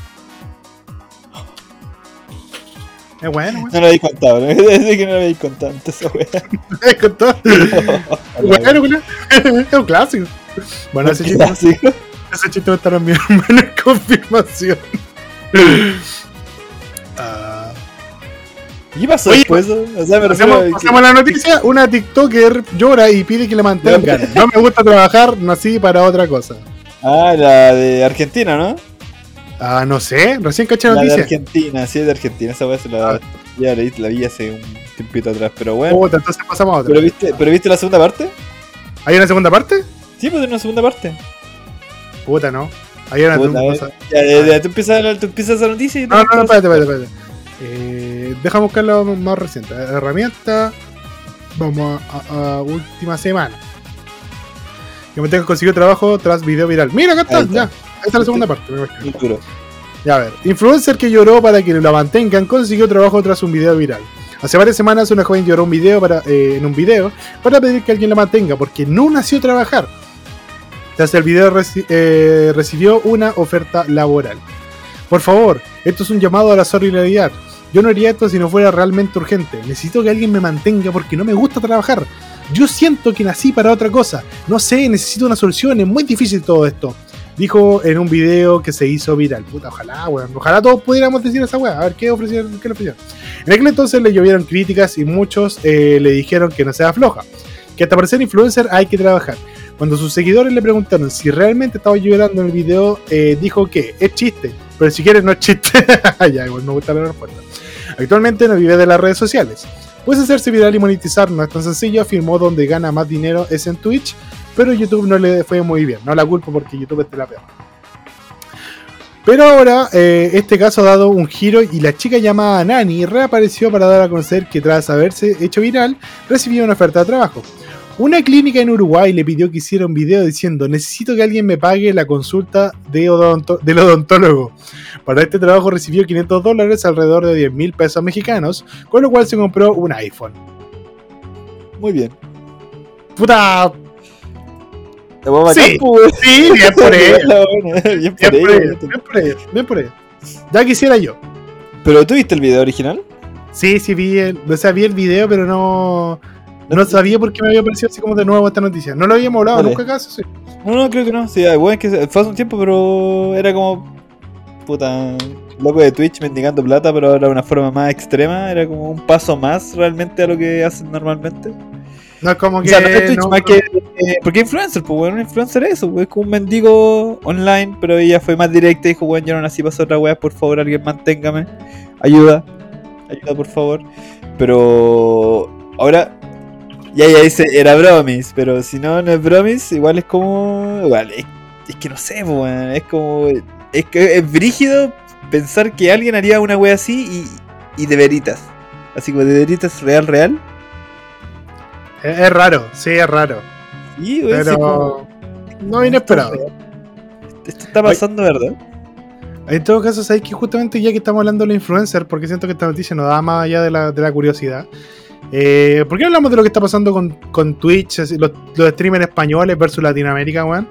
Es bueno, bueno. No lo habéis contado, ¿no? Desde que no lo habéis contado antes esa wea. ¿No lo habéis contado? Bueno, bueno. Es un clásico. Bueno, ese chiste, clásico. Ese chiste va a estar en mi hermano en confirmación. uh, ¿Qué pasó Oye, después? O sea, me pasemos, pasemos a la noticia. Una TikToker llora y pide que le mantengan. No me gusta trabajar, nací para otra cosa. Ah, la de Argentina, ¿no? Ah, no sé, recién caché la noticia. noticia. De Argentina, sí, es de Argentina. Esa vez la, ah. ya la, la vi hace un tiempito atrás, pero bueno. Puta, entonces pasamos a otra. ¿Pero viste, ¿Pero viste la segunda parte? ¿Hay una segunda parte? Sí, pues hay una segunda parte. Puta, no. Hay una Puta, cosa. ya, ya, ya, tú empiezas, tú empiezas esa noticia y No, no, no, espérate, espérate, espérate. Eh, déjame buscar lo más reciente. Herramienta. Vamos a, a, a última semana. Que me tengo que conseguir trabajo tras video viral. Mira, acá está, Ahí está. ya. Ahí está la segunda parte. Me imagino. Muy duro. Ya a ver. Influencer que lloró para que la mantengan consiguió trabajo tras un video viral. Hace varias semanas una joven lloró un video para, eh, en un video para pedir que alguien la mantenga porque no nació a trabajar. Tras el video reci eh, recibió una oferta laboral. Por favor, esto es un llamado a la solidaridad. Yo no haría esto si no fuera realmente urgente. Necesito que alguien me mantenga porque no me gusta trabajar. Yo siento que nací para otra cosa. No sé, necesito una solución. Es muy difícil todo esto. Dijo en un video que se hizo viral. Puta, ojalá, weón. Ojalá todos pudiéramos decir esa weá. A ver, ¿qué ofrecieron? ¿Qué le ofrecieron? En aquel entonces le llovieron críticas y muchos eh, le dijeron que no sea floja. Que hasta para ser influencer hay que trabajar. Cuando sus seguidores le preguntaron si realmente estaba llorando en el video, eh, dijo que es chiste. Pero si quieres no es chiste. Ya, igual me gusta la respuesta. Actualmente no vive de las redes sociales. Pues hacerse viral y monetizar no es tan sencillo, afirmó. Donde gana más dinero es en Twitch, pero YouTube no le fue muy bien. No la culpo porque YouTube es de la peor. Pero ahora eh, este caso ha dado un giro y la chica llamada Nani reapareció para dar a conocer que tras haberse hecho viral recibió una oferta de trabajo. Una clínica en Uruguay le pidió que hiciera un video diciendo: necesito que alguien me pague la consulta de odonto del odontólogo. Para este trabajo recibió quinientos dólares, alrededor de diez mil pesos mexicanos, con lo cual se compró un iPhone. Muy bien. Puta. Sí, Sí, sí, bien por ella. Bien Bien por por ella. ella, bien por ella, bien por ella. Ya quisiera yo. Pero ¿tú viste el video original? Sí, sí, vi el, o sea, vi el video, pero no, no sabía por qué me había aparecido así como de nuevo esta noticia. No lo habíamos hablado Vale. nunca acaso, sí. No, no, creo que no. Sí, bueno, es que fue hace un tiempo, pero era como. Puta. Loco de Twitch mendigando plata, pero ahora de una forma más extrema. Era como un paso más realmente a lo que hacen normalmente. No es como O que. sea, no es Twitch, no- más que. eh, porque influencer, pues, bueno, un influencer es eso, pues, es como un mendigo online, pero ella fue más directa y dijo: bueno, yo no nací para hacer otra weá, por favor, alguien manténgame. Ayuda. Ayuda, por favor. Pero. Ahora. Ya, ya dice, era bromis, pero si no, no es bromis, igual es como. Igual, es, es que no sé, pues, weón, es como. Es que es brígido pensar que alguien haría una wea así y, y de veritas. Así como de veritas real, real. Es, es raro, sí, es raro. Y, weón, sí, como- Pero. No inesperado. Esto está pasando, ¿verdad? En todo caso, sabéis que justamente ya que estamos hablando de los influencers, porque siento que esta noticia nos da más allá de la, de la curiosidad. Eh, ¿Por qué no hablamos de lo que está pasando con, con Twitch, así, los, los streamers españoles versus Latinoamérica, weón?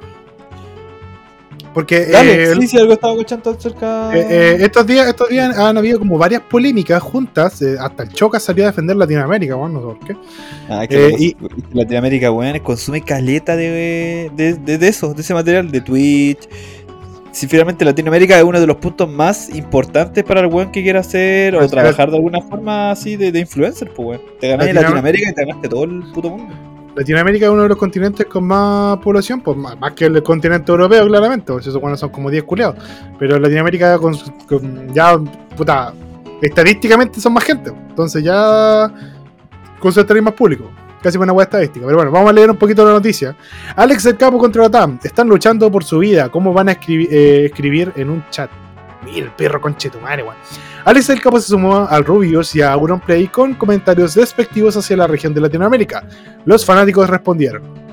Porque Dale, eh, sí, sí, algo estaba escuchando acerca. eh, eh, estos días estos días han habido como varias polémicas juntas. eh, hasta el Choca salió a defender Latinoamérica, weón, no sé por qué. Ah, que eh, la- y- Latinoamérica, weón, consume caleta de, de, de, de eso, de ese material, de Twitch. Si finalmente Latinoamérica es uno de los puntos más importantes para el weón que quiera hacer o Pues, trabajar de alguna forma así de, de influencer, pues weón. Te ganas en Latinoam- Latinoamérica y te ganaste todo el puto mundo. Latinoamérica es uno de los continentes con más población, pues más, más que el continente europeo, claramente, pues esos bueno, son como diez culiados. Pero Latinoamérica con, su- con ya, puta, estadísticamente son más gente, entonces ya concentraréis más público. Casi una buena estadística. Pero bueno, vamos a leer un poquito la noticia. Alex el Capo contra Latam. Están luchando por su vida. ¿Cómo van a escribir, eh, escribir en un chat? Mira el perro conchetumare, weón. Alex el Capo se sumó al Rubius y a Auronplay con comentarios despectivos hacia la región de Latinoamérica. Los fanáticos respondieron.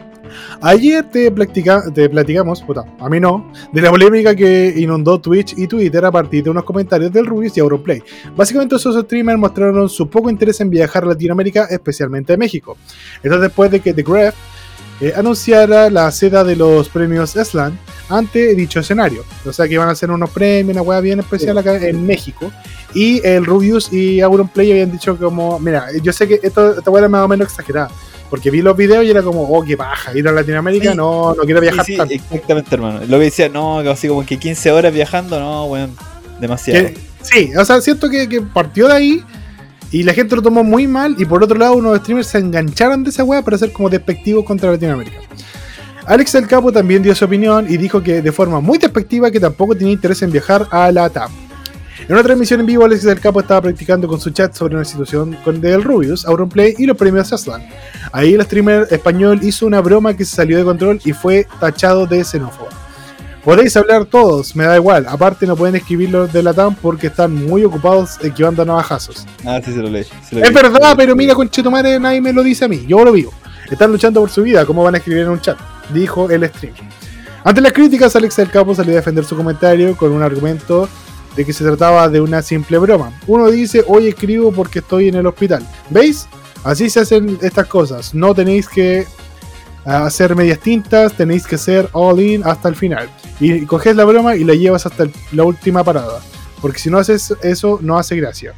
Ayer te, platica, te platicamos, puta, a mí no, de la polémica que inundó Twitch y Twitter a partir de unos comentarios del Rubius y Auronplay. Básicamente esos streamers mostraron su poco interés en viajar a Latinoamérica, especialmente a México. Esto después de que The Graph eh, anunciara la seda de los premios Eslan ante dicho escenario. O sea que iban a hacer unos premios, una hueá bien especial acá en México. Y el Rubius y Auronplay habían dicho como, mira, yo sé que esto, esta hueá es más o menos exagerada. Porque vi los videos y era como, oh, qué paja, ir a Latinoamérica, Sí. no, no quiero viajar Sí, sí, tanto. exactamente, hermano. Lo que decía, no, así como que quince horas viajando, no, weón, demasiado. Que- sí, o sea, siento que, que partió de ahí y la gente lo tomó muy mal. Y por otro lado, unos streamers se engancharon de esa weá para ser como despectivos contra Latinoamérica. Alex el Capo también dio su opinión y dijo que de forma muy despectiva que tampoco tenía interés en viajar a la T A M. En una transmisión en vivo, Alex del Capo estaba practicando con su chat sobre una situación con del Rubius, Auronplay y los premios Aslan. Ahí el streamer español hizo una broma que se salió de control y fue tachado de xenófobo. Podéis hablar todos, me da igual. Aparte no pueden escribir los de la T A M porque están muy ocupados esquivando navajazos. Ah, sí, se lo leí. Se lo Es leí. verdad, pero mira, conchetumare, nadie me lo dice a mí. Yo lo vivo. Están luchando por su vida, ¿cómo van a escribir en un chat? Dijo el stream. Ante las críticas, Alex del Capo salió a defender su comentario con un argumento de que se trataba de una simple broma. Uno dice, hoy escribo porque estoy en el hospital. ¿Veis? Así se hacen estas cosas. No tenéis que hacer medias tintas, tenéis que ser all in hasta el final. Y coges la broma y la llevas hasta el, la última parada. Porque si no haces eso, no hace gracia.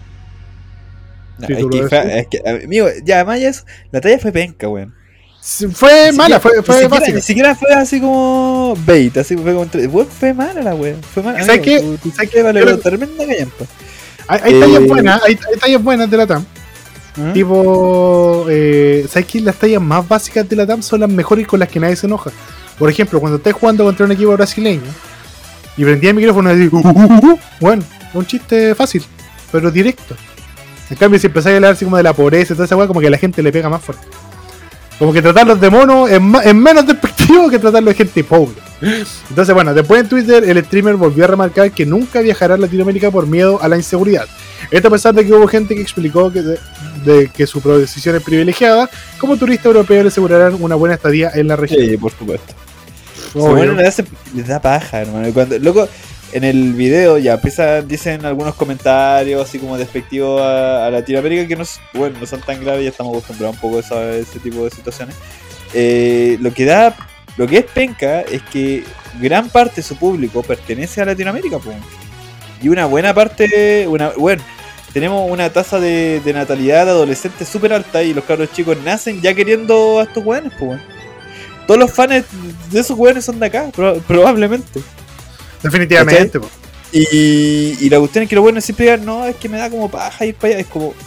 No, es, que fue, es que, amigo, ya, además ya eso, la talla fue penca, weón. Fue Ni mala, siquiera, fue, fue ni básica. siquiera, ni siquiera fue así como bait, así fue como entre, weón, fue mala la weón. Fue mala. ¿Sabes qué? Tu, tu que vale Pero, tremenda callampa. Hay, hay eh, tallas buenas, hay, hay tallas buenas de la T A M. ¿Ah? Tipo, eh, ¿sabes qué? Las tallas más básicas de la T A M son las mejores con las que nadie se enoja. Por ejemplo, cuando estés jugando contra un equipo brasileño y prendí el micrófono y decís, uh, uh, uh, uh, bueno, es un chiste fácil, pero directo. En cambio, si empezáis a hablar así como de la pobreza y toda esa weá, como que a la gente le pega más fuerte. Como que tratarlos de mono es, más, es menos despectivo que tratarlos de gente pobre. Entonces, bueno, después en Twitter el streamer volvió a remarcar que nunca viajará a Latinoamérica por miedo a la inseguridad. Esto a pesar de que hubo gente que explicó que, de, de que su decisión es privilegiada, como turista europeo le asegurarán una buena estadía en la región. Sí, por supuesto. Bueno, le hace, les da paja, hermano. Cuando, loco, en el video ya empiezan, dicen algunos comentarios así como despectivos a, a Latinoamérica que no, bueno, no son tan graves, ya estamos acostumbrados un poco a, esa, a ese tipo de situaciones. Eh, lo que da, lo que es penca es que gran parte de su público pertenece a Latinoamérica, pues. Y una buena parte, una, bueno, tenemos una tasa de, de natalidad de adolescentes súper alta y los cabros chicos nacen ya queriendo a estos weones, pues, bueno. Todos los fans de esos weones son de acá, pro, probablemente. Definitivamente. Y, y la cuestión es que los buenos siempre digan, no, es que me da como paja ir para allá. Es como,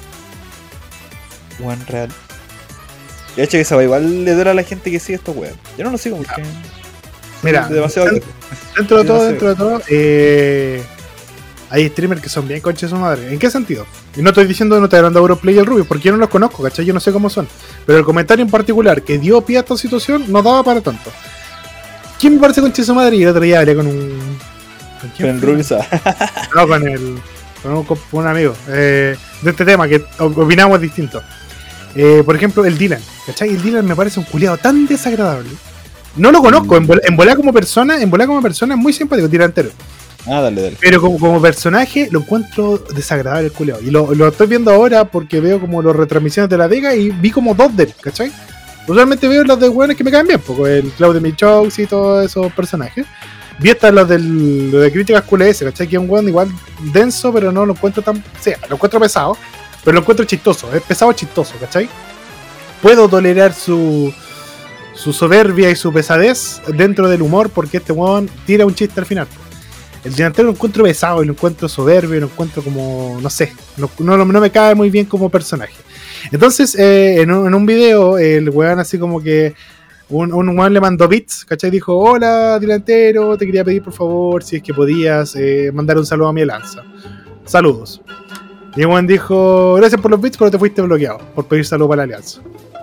weón, real. Y hecho que se va, igual le duele a la gente que sigue estos weones. Yo no lo sigo porque... Mira, es demasiado dentro, dentro de todo, dentro de todo, eh... hay streamers que son bien conches de su madre. ¿En qué sentido? Y no estoy diciendo que no te habrán dado Europlay y el Rubio, porque yo no los conozco, ¿cachai? Yo no sé cómo son. Pero el comentario en particular que dio pie a esta situación no daba para tanto. ¿Quién me parece conches de su madre? Y el otro día hablé con un... ¿Con quién? Con el Rubio, No, con el... Con un, con un amigo. Eh, de este tema, que opinamos distinto. Eh, por ejemplo, el Dylan. ¿Cachai? El Dylan me parece un culiado tan desagradable. No lo conozco, en volá, en volá como persona, en volá como persona es muy simpático, tirantero. Ah, dale, dale. Pero como, como personaje lo encuentro desagradable el culiao. Y lo, lo estoy viendo ahora porque veo como las retransmisiones de la Vega y vi como dos de él, ¿cachai? Usualmente veo los de hueones que me caen bien, porque el Claudio Michox y todos esos personajes. Vi hasta los del, lo de Críticas Q L S, ¿cachai? Que es un hueón igual denso, pero no lo encuentro tan... O sea, lo encuentro pesado, pero lo encuentro chistoso. Es pesado chistoso, ¿cachai? Puedo tolerar su... su soberbia y su pesadez dentro del humor porque este hueón tira un chiste al final. El delantero lo encuentro pesado y lo encuentro soberbio y lo encuentro como, no sé, no, no, no me cae muy bien como personaje. Entonces, eh, en, un, en un video, el weón así como que un, un weón le mandó bits, ¿cachai? Dijo, hola delantero, te quería pedir por favor si es que podías eh, mandar un saludo a mi Alianza. Saludos. Y el weón dijo, gracias por los bits, pero te fuiste bloqueado por pedir saludo para la Alianza.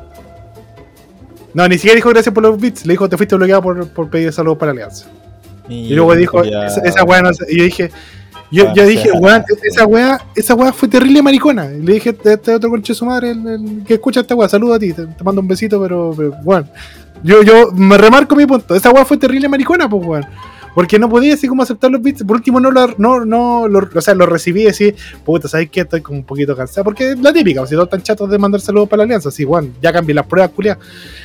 No, ni siquiera dijo gracias por los bits, le dijo te fuiste bloqueado por, por pedir saludos para la Alianza. Y, y luego dijo, ya... esa, esa weá no sé. Y yo dije, yo, ah, yo dije, weá, esa weá, esa weá fue terrible maricona. Y le dije, este, este otro conche su madre, el, el que escucha esta weá, saludo a ti, te, te mando un besito, pero, pero bueno. Yo, yo me remarco mi punto, esa weá fue terrible maricona, pues weón. Porque no podía así como aceptar los bits. Por último, no lo, no, no, lo, o sea, lo recibí y decir, puta, ¿sabes qué? Estoy como un poquito cansado. Porque es la típica, o si todos están chatos de mandar saludos para la Alianza, así, weón, ya cambié las pruebas, culiadas.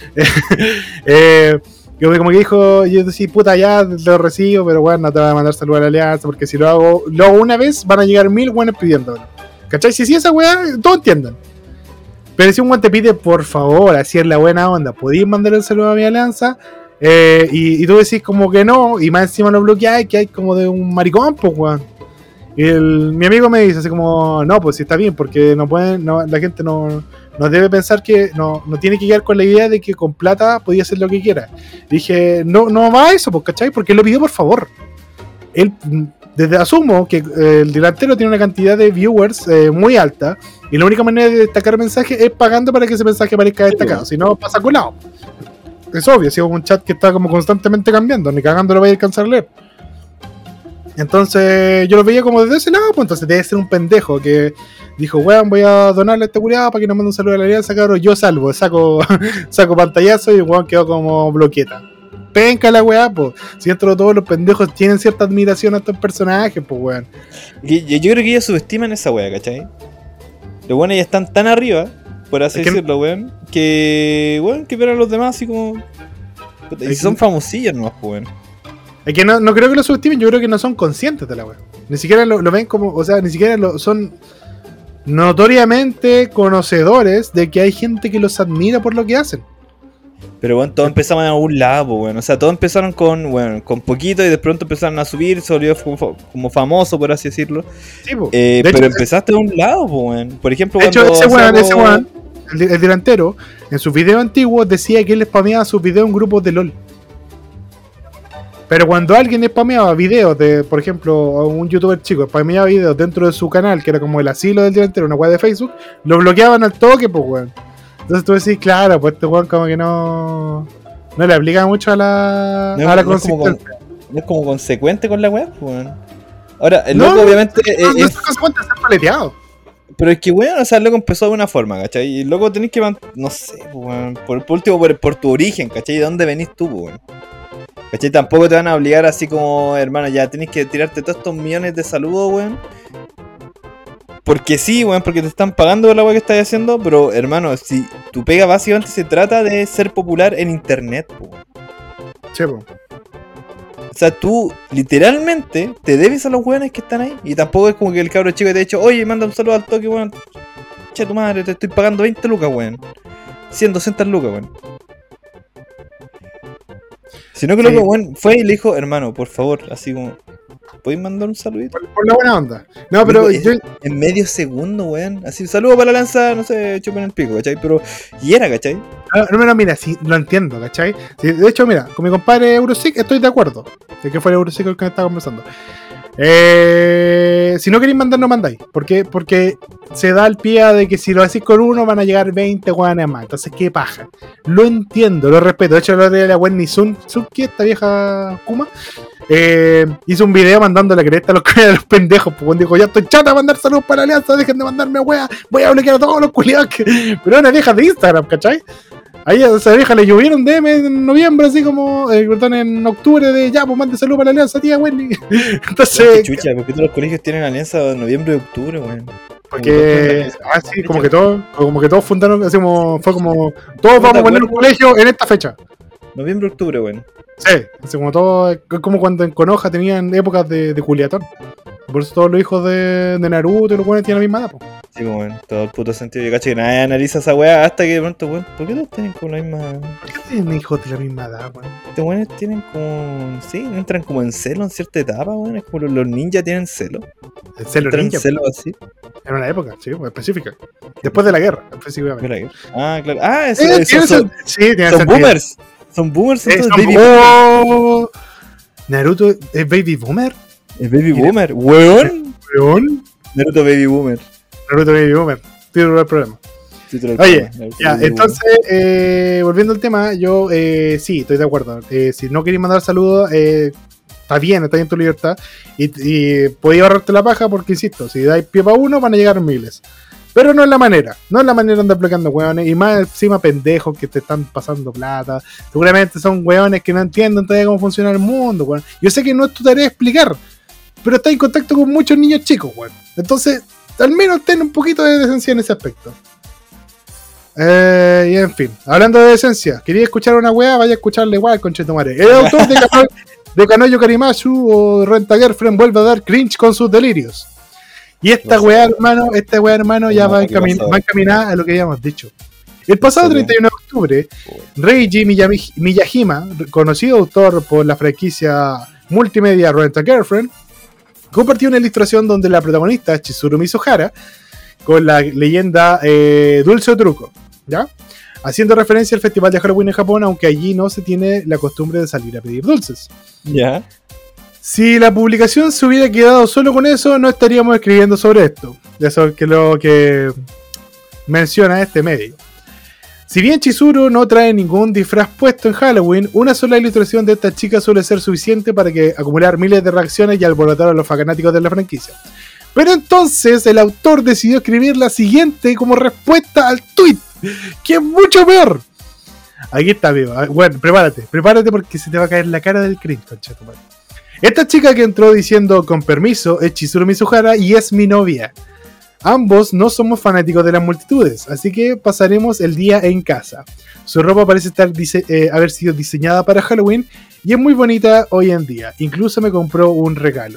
eh. Yo como que dijo, yo decía, puta, ya lo recibo, pero bueno, no te voy a mandar saludos a la Alianza, porque si lo hago, lo hago una vez, van a llegar mil weones pidiéndolo. ¿Cachai? Si sí, esa weá, todos entiendan. Pero si un weón te pide, por favor, así es la buena onda, ¿podéis mandarle un saludo a mi Alianza? Eh, y, y tú decís como que no, y más encima lo bloqueáis, que hay como de un maricón, pues weón. Y el, mi amigo me dice así como, no, pues sí está bien, porque no pueden, no, la gente no... no debe pensar que no, no tiene que quedar con la idea de que con plata podía hacer lo que quiera. Dije, no, no va a eso, pues, ¿cachai? Porque él lo pidió por favor. Él, desde asumo que eh, el delantero tiene una cantidad de viewers eh, muy alta y la única manera de destacar mensaje es pagando para que ese mensaje aparezca destacado, si no pasa colado. es obvio, si es un chat que está como constantemente cambiando, ni cagando lo voy a alcanzar a leer. Entonces yo lo veía como desde ese lado, pues entonces debe ser un pendejo que dijo, weón, voy a donarle a este culiado para que nos mande un saludo a la alianza, cabrón, yo salvo, saco, saco pantallazo y el weón quedó como bloqueta. Penca la weá, pues. Si dentro de todos los pendejos tienen cierta admiración a estos personajes, pues weón. Yo, yo creo que ellos subestiman esa weá, ¿cachai? Los weones ya están tan arriba, por así Es que- decirlo, weón, que weón, que ver a los demás así como. Puta, y Es son que- famosillos nomás, pues, weón. Es que no, no creo que lo subestimen, yo creo que no son conscientes de la weá. Ni siquiera lo, lo ven como, o sea, ni siquiera lo, son notoriamente conocedores de que hay gente que los admira por lo que hacen. Pero bueno, todos empezamos en algún lado, pues, bueno. O sea, todos empezaron con, bueno, con poquito y de pronto empezaron a subir, se volvió como, como famoso, por así decirlo. Sí, po. Eh, De pero hecho, empezaste de un lado, pues, bueno. Por ejemplo, De hecho, cuando ese weón, hacíamos- ese weón, el, el delantero, en sus videos antiguos decía que él spameaba sus videos en grupos de LOL. Pero cuando alguien spameaba videos de, por ejemplo, un youtuber chico, spameaba videos dentro de su canal, que era como el asilo del delantero, una weá de Facebook, lo bloqueaban al toque, pues weón. Entonces tú decís, claro, pues este weón como que no. No le aplica mucho a la, No, a la no es como consistencia. no es como consecuente con la web, pues, bueno. Ahora, el No, loco obviamente No, es, no es- es consecuente, está paleteado. pero es que, weón, o sea, el loco empezó de una forma, ¿cachai? Y el loco tenés que, man- no sé, pues, weón, por, por último, por, por tu origen, ¿cachai? ¿De dónde venís tú, pues, weón? ¿Cachai? Tampoco te van a obligar así como, hermano, ya tenés que tirarte todos estos millones de saludos, weón. Porque sí, weón, porque te están pagando por la weá que estás haciendo, pero, hermano, si tu pega básicamente se trata de ser popular en internet, po, weón. Che, po. O sea, tú literalmente te debes a los weones que están ahí. Y tampoco es como que el cabro chico te ha dicho, oye, manda un saludo al toque, weón. Che, tu madre, te estoy pagando veinte lucas, weón. cien, doscientas lucas, weón. Sino que Sí. loco, weón, fue y le dijo, hermano, por favor, así como, ¿podéis mandar un saludito? Por, por la buena onda. No, pero Digo, yo, En medio segundo, weón. Así, saludo para la lanza, no sé, chupen el pico, ¿cachai? Pero, y era, ¿cachai? No, no, no, mira, sí, lo entiendo, ¿cachai? Sí, de hecho, mira, con mi compadre Eurosic estoy de acuerdo. De que fue Eurosic el que me estaba conversando. Eh, si no queréis mandar, no mandáis. ¿Por qué? Porque se da el pie a de que si lo hacéis con uno van a llegar veinte guanes más. Entonces, qué paja. Lo entiendo, lo respeto. De hecho, lo de la Wendy Sun, Suki, esta vieja Kuma, eh, hizo un video mandando la cresta a los, a los pendejos. Pues dijo, ya estoy chata de mandar saludos para la alianza, dejen de mandarme wea, voy a bloquear a todos los culiados. Que... Pero una vieja de Instagram, ¿cachai? Ahí a esa vieja le llovieron D M en noviembre, así como, eh, perdón, en octubre, de ya, pues mande saludos para la alianza, tía Wendy. Entonces, Qué chucha, porque todos los colegios tienen alianza de noviembre y octubre, weón. porque, ah, sí, como que todos, como que todos fundaron, así como, fue como, todos ¿No vamos te a poner un acuerdas? colegio en esta fecha. Noviembre, octubre, weón. Sí, así como todo, es como cuando en Konoha tenían épocas de, de culiatón. Por eso todos los hijos de, de Naruto y los buenos tienen la misma edad, po. Sí, pues, weón, todo el puto sentido. Yo cacho que nadie analiza esa weá hasta que de pronto, weón, ¿por qué todos tienen como la misma. ¿Por qué tienen hijos de la misma edad, weón? Estos weones tienen como. Sí, entran como en celo en cierta etapa, weón. Es como los, los ninjas tienen celo. El celo Entran ninja, en celo así. en una época, sí, pues, específica. Después de la guerra, específicamente. Mira que- Ah, claro. Ah, eso, Eh, eso tiene son, sen- sí, tiene son sentido. boomers. Son boomers, Eh, entonces son- baby boomer. ¡Oh! Naruto es baby boomer. Es baby boomer, weón. Weón. Naruto baby boomer. Naruto baby boomer. Título del problema. Título del Oye, programa, Naruto ya, baby entonces, eh, volviendo al tema, yo eh, sí, estoy de acuerdo. Eh, si no queréis mandar saludos, eh, está bien, está bien tu libertad. Y, y podéis ahorrarte la paja porque, insisto, si dais pie para uno, van a llegar miles. Pero no es la manera, no es la manera de andar bloqueando hueones. Y más encima pendejos que te están pasando plata. Seguramente son hueones que no entienden todavía cómo funciona el mundo, weón. Yo sé que no es tu tarea explicar, pero estás en contacto con muchos niños chicos, weón. Entonces, al menos ten un poquito de decencia en ese aspecto. Eh, y en fin, hablando de decencia, quería escuchar una weá, vaya a escucharle igual, conchetumare. El autor de, Kano, de Kanoyo Karimasu o Renta Girlfriend vuelve a dar cringe con sus delirios. Y esta No sé. weá, hermano, esta weá, hermano, ya No, va, ¿qué encamin pasó? va encaminada a lo que habíamos dicho. El pasado Sí, treinta y uno de octubre, Reiji Miyami- Miyajima, conocido autor por la franquicia multimedia Renta Girlfriend, compartió una ilustración donde la protagonista es Chizuru Mizuhara con la leyenda eh, Dulce o Truco, ¿ya? Haciendo referencia al festival de Halloween en Japón, aunque allí no se tiene la costumbre de salir a pedir dulces. Ya. Si la publicación se hubiera quedado solo con eso, no estaríamos escribiendo sobre esto. Eso es que lo que menciona este medio. Si bien Chizuru no trae ningún disfraz puesto en Halloween, una sola ilustración de esta chica suele ser suficiente para que acumular miles de reacciones y alborotar a los fanáticos de la franquicia. Pero entonces el autor decidió escribir la siguiente como respuesta al tweet, que es mucho peor. Aquí está, amigo. Bueno, prepárate, prepárate porque se te va a caer la cara del cringe, conchato. Esta chica que entró diciendo con permiso es Chizuru Mizuhara y es mi novia. Ambos no somos fanáticos de las multitudes, así que pasaremos el día en casa. Su ropa parece estar dise- eh, haber sido diseñada para Halloween y es muy bonita hoy en día. Incluso me compró un regalo.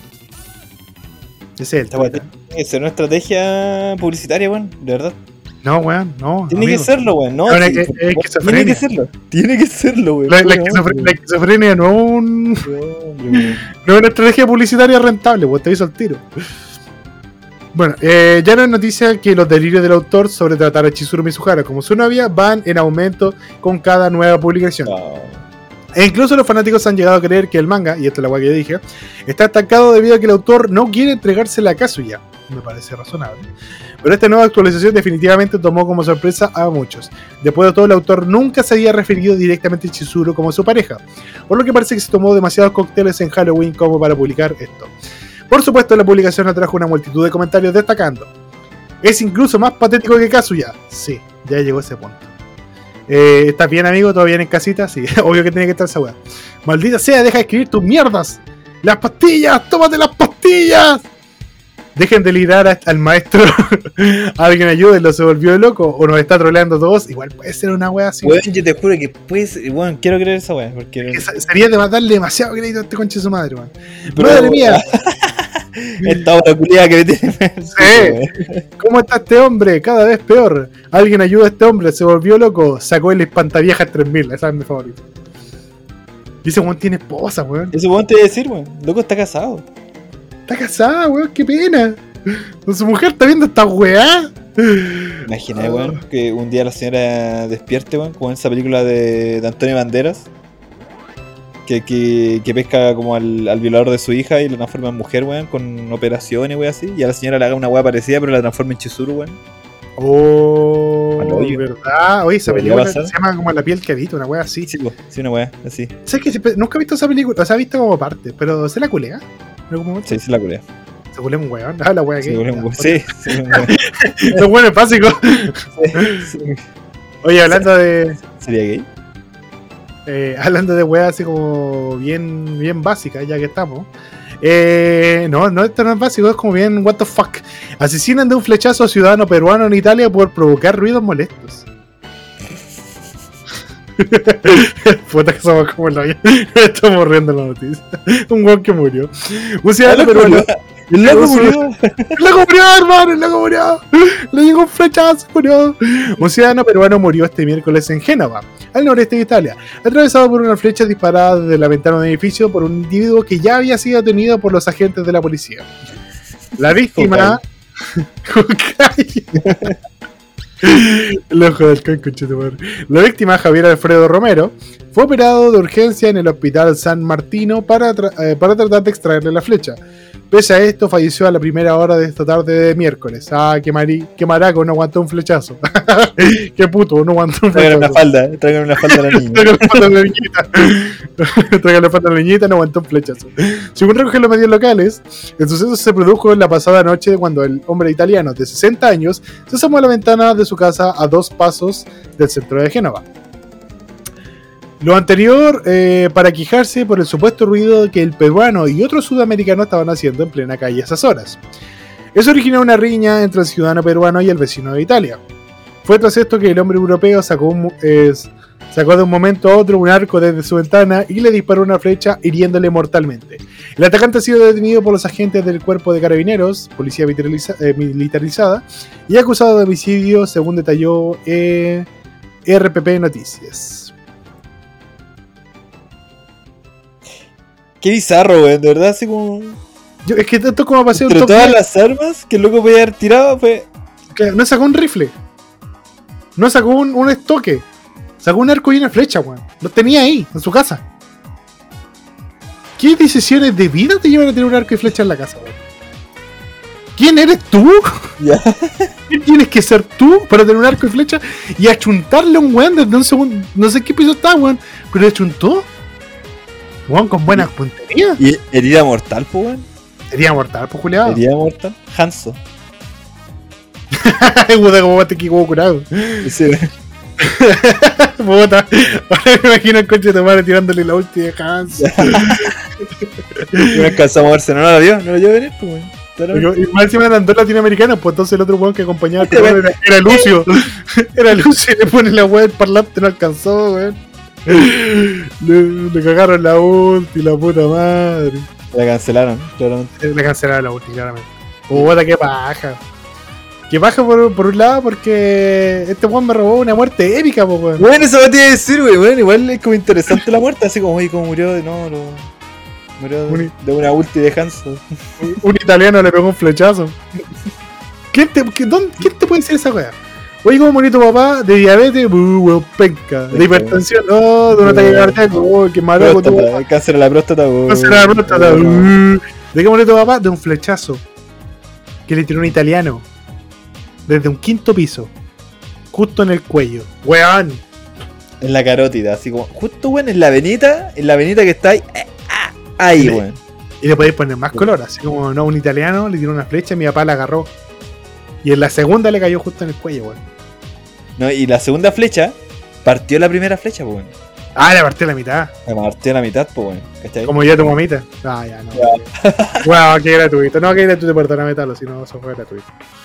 Ese es el tema. Esa es una estrategia publicitaria, weón, de verdad. No, weón, no. Tiene amigo. que serlo, weón. No, No, sí, es- es- es por- esquizofrenia. tiene que serlo. Tiene que serlo, weón. La, la, Weón, esquizofre- la weón. esquizofrenia no es un, Weón, weón. no es una estrategia publicitaria rentable, pues te hizo el tiro. Bueno, eh, ya no es noticia que los delirios del autor sobre tratar a Chizuru Mizuhara como su novia van en aumento con cada nueva publicación. No. E incluso los fanáticos han llegado a creer que el manga, y esto es la guay que yo dije, está estancado debido a que el autor no quiere entregársela a Kazuya. Me parece razonable. Pero esta nueva actualización definitivamente tomó como sorpresa a muchos. Después de todo, el autor nunca se había referido directamente a Chizuru como su pareja, por lo que parece que se tomó demasiados cócteles en Halloween como para publicar esto. Por supuesto, la publicación atrajo una multitud de comentarios destacando: es incluso más patético que Kazuya. Sí, ya llegó a ese punto. Eh, ¿Estás bien, amigo? ¿Todo bien en casita? Sí, obvio que tiene que estar esa weá. Maldita sea, deja de escribir tus mierdas. ¡Las pastillas! ¡Tómate las pastillas! Dejen de liderar a- al maestro. Alguien ayúdenlo, se volvió loco o nos está troleando todos. Igual puede ser una wea así. Weón, yo te juro que pues, weón, quiero creer esa weón, porque Que se- Sería de darle demasiado crédito a este conche de su madre, weón. Pero- Madre mía, esta obra culiada que me tiene. Sí. ¿Cómo está este hombre? Cada vez peor. Alguien ayuda a este hombre, se volvió loco. Sacó el espantaviejas tres mil, esa es mi favorita. Dice, weón, tiene esposa, weón. Ese weón te iba a decir, weón. Loco está casado. Está casada, weón, qué pena. Con su mujer está viendo esta weá. Imagina, Ah. weón, que un día la señora despierte, weón, como en esa película de, de Antonio Banderas. Que, que, que pesca como al, al violador de su hija y lo transforma en mujer, weón, con operaciones, weón, así. Y a la señora le haga una weá parecida, pero la transforma en Chizuru, weón. Oh, Al hoyo. ¿verdad? Oye, esa ¿Podría película pasar? se llama como La piel que habita, una wea así. Sí, weón, sí, una weá, así. ¿Sabes que siempre- nunca he visto esa película? O sea, he visto como parte, pero ¿se la culea? ¿En algún momento? Sí, sí, la culea. Se culea un weón. Ah, la wea Sí, que. culea un weón. Sí, sí, un weón. Los weones básicos. Sí, sí. Oye, hablando de. ¿Sería gay? Eh, hablando de weas así como bien, bien básicas, ya que estamos. Eh, no, no, esto no es básico, es como bien what the fuck. Asesinan de un flechazo a ciudadano peruano en Italia por provocar ruidos molestos. Puta que somos como la estamos riendo en la noticia. Un weón que murió. Un ciudadano peruano. El loco Un murió. El loco murió, hermano, el loco murió. Le llegó un flechazo, murió. Un ciudadano peruano murió este miércoles en Génova, al noreste de Italia, atravesado por una flecha disparada desde la ventana de un edificio por un individuo que ya había sido detenido por los agentes de la policía. La víctima. El ojo del can, conchetumare. La víctima, Javier Alfredo Romero, fue operado de urgencia en el hospital San Martino para, tra- eh, para tratar de extraerle la flecha. Pese a esto, falleció a la primera hora de esta tarde de miércoles. Ah, qué, mari qué maraco, no aguantó un flechazo. Qué puto, no aguantó un Traigan una flechazo. falda, traigan una falda a la niña. Traigan la falda a la niñita. Traigan la falda a la niñita, no aguantó un flechazo. Según recogen los medios locales, el suceso se produjo en la pasada noche cuando el hombre italiano de sesenta años se asomó a la ventana de su casa a dos pasos del centro de Génova. Lo anterior eh, para quejarse por el supuesto ruido que el peruano y otros sudamericanos estaban haciendo en plena calle a esas horas. Eso originó una riña entre el ciudadano peruano y el vecino de Italia. Fue tras esto que el hombre europeo sacó, un, eh, sacó de un momento a otro un arco desde su ventana y le disparó una flecha hiriéndole mortalmente. El atacante ha sido detenido por los agentes del cuerpo de carabineros, policía militariza, eh, militarizada, y acusado de homicidio según detalló eh, R P P Noticias. Qué bizarro, weón, de verdad, así como. Yo, es que esto es como pasé un Entre toque. todas las armas que el loco podía haber tirado, fue. Claro, no sacó un rifle. No sacó un, un estoque. Sacó un arco y una flecha, weón. Los tenía ahí, en su casa. ¿Qué decisiones de vida te llevan a tener un arco y flecha en la casa, weón? ¿quién eres tú? Ya. ¿Quién tienes que ser tú para tener un arco y flecha y achuntarle a un weón desde un segundo? No sé qué piso está, weón, pero achuntó. Weón, con buenas punterías. Y herida mortal, pues, weón. Sería mortal, pues, culiado. Herida mortal. Hanzo. Puta, como te equivocó curado. Sí, weón. Puta, ahora me imagino el coche de tu madre tirándole la ulti de Hans. Y no alcanzamos a verse, no, no lo vio, no lo vio venir, pues, weón. Y más encima eran dos latinoamericanos, pues entonces el otro weón que acompañaba a este weón era, era Lucio. Era Lucio y le pone la weá del parlante, no alcanzó, weón. Le, le cagaron la ulti, la puta madre. La cancelaron, claramente. Le cancelaron la ulti, claramente. Puta, qué paja. Qué paja por, por un lado porque este weón me robó una muerte épica, pues weón. Bueno, eso me te iba a decir, weón. Bueno, igual es como interesante la muerte, así como, oye, como murió de no, no. Murió de, Un- de una ulti de Hanzo. Un, un italiano le pegó un flechazo. ¿Quién te, qué- dónde- ¿quién te puede decir esa weá? Oye, ¿cómo murió tu papá? De diabetes, buh, weón, penca. De hipertensión, no, de un ataque cardíaco, oh, que mató con tu papá. Próstata, cáncer a la próstata, weón. Cáncer a la próstata, uh. ¿De qué murió tu papá? De un flechazo que le tiró un italiano desde un quinto piso, justo en el cuello. Weón. En la carótida, así como, justo, weón, en la venita, en la venita que está ahí. eh, ah, ahí, Sí. weón. Y le podéis poner más color, así como no, un italiano le tiró una flecha y mi papá la agarró. Y en la segunda le cayó justo en el cuello, weón. No, y la segunda flecha partió la primera flecha, pues, weón. Ah, le partí la mitad. La partió la mitad, pues, weón. ¿Cachai? Como ya tu mamita. Ah, ya, no. Wow, qué gratuito. No, qué gratuito, perdóname, Talo, si no, eso fue gratuito.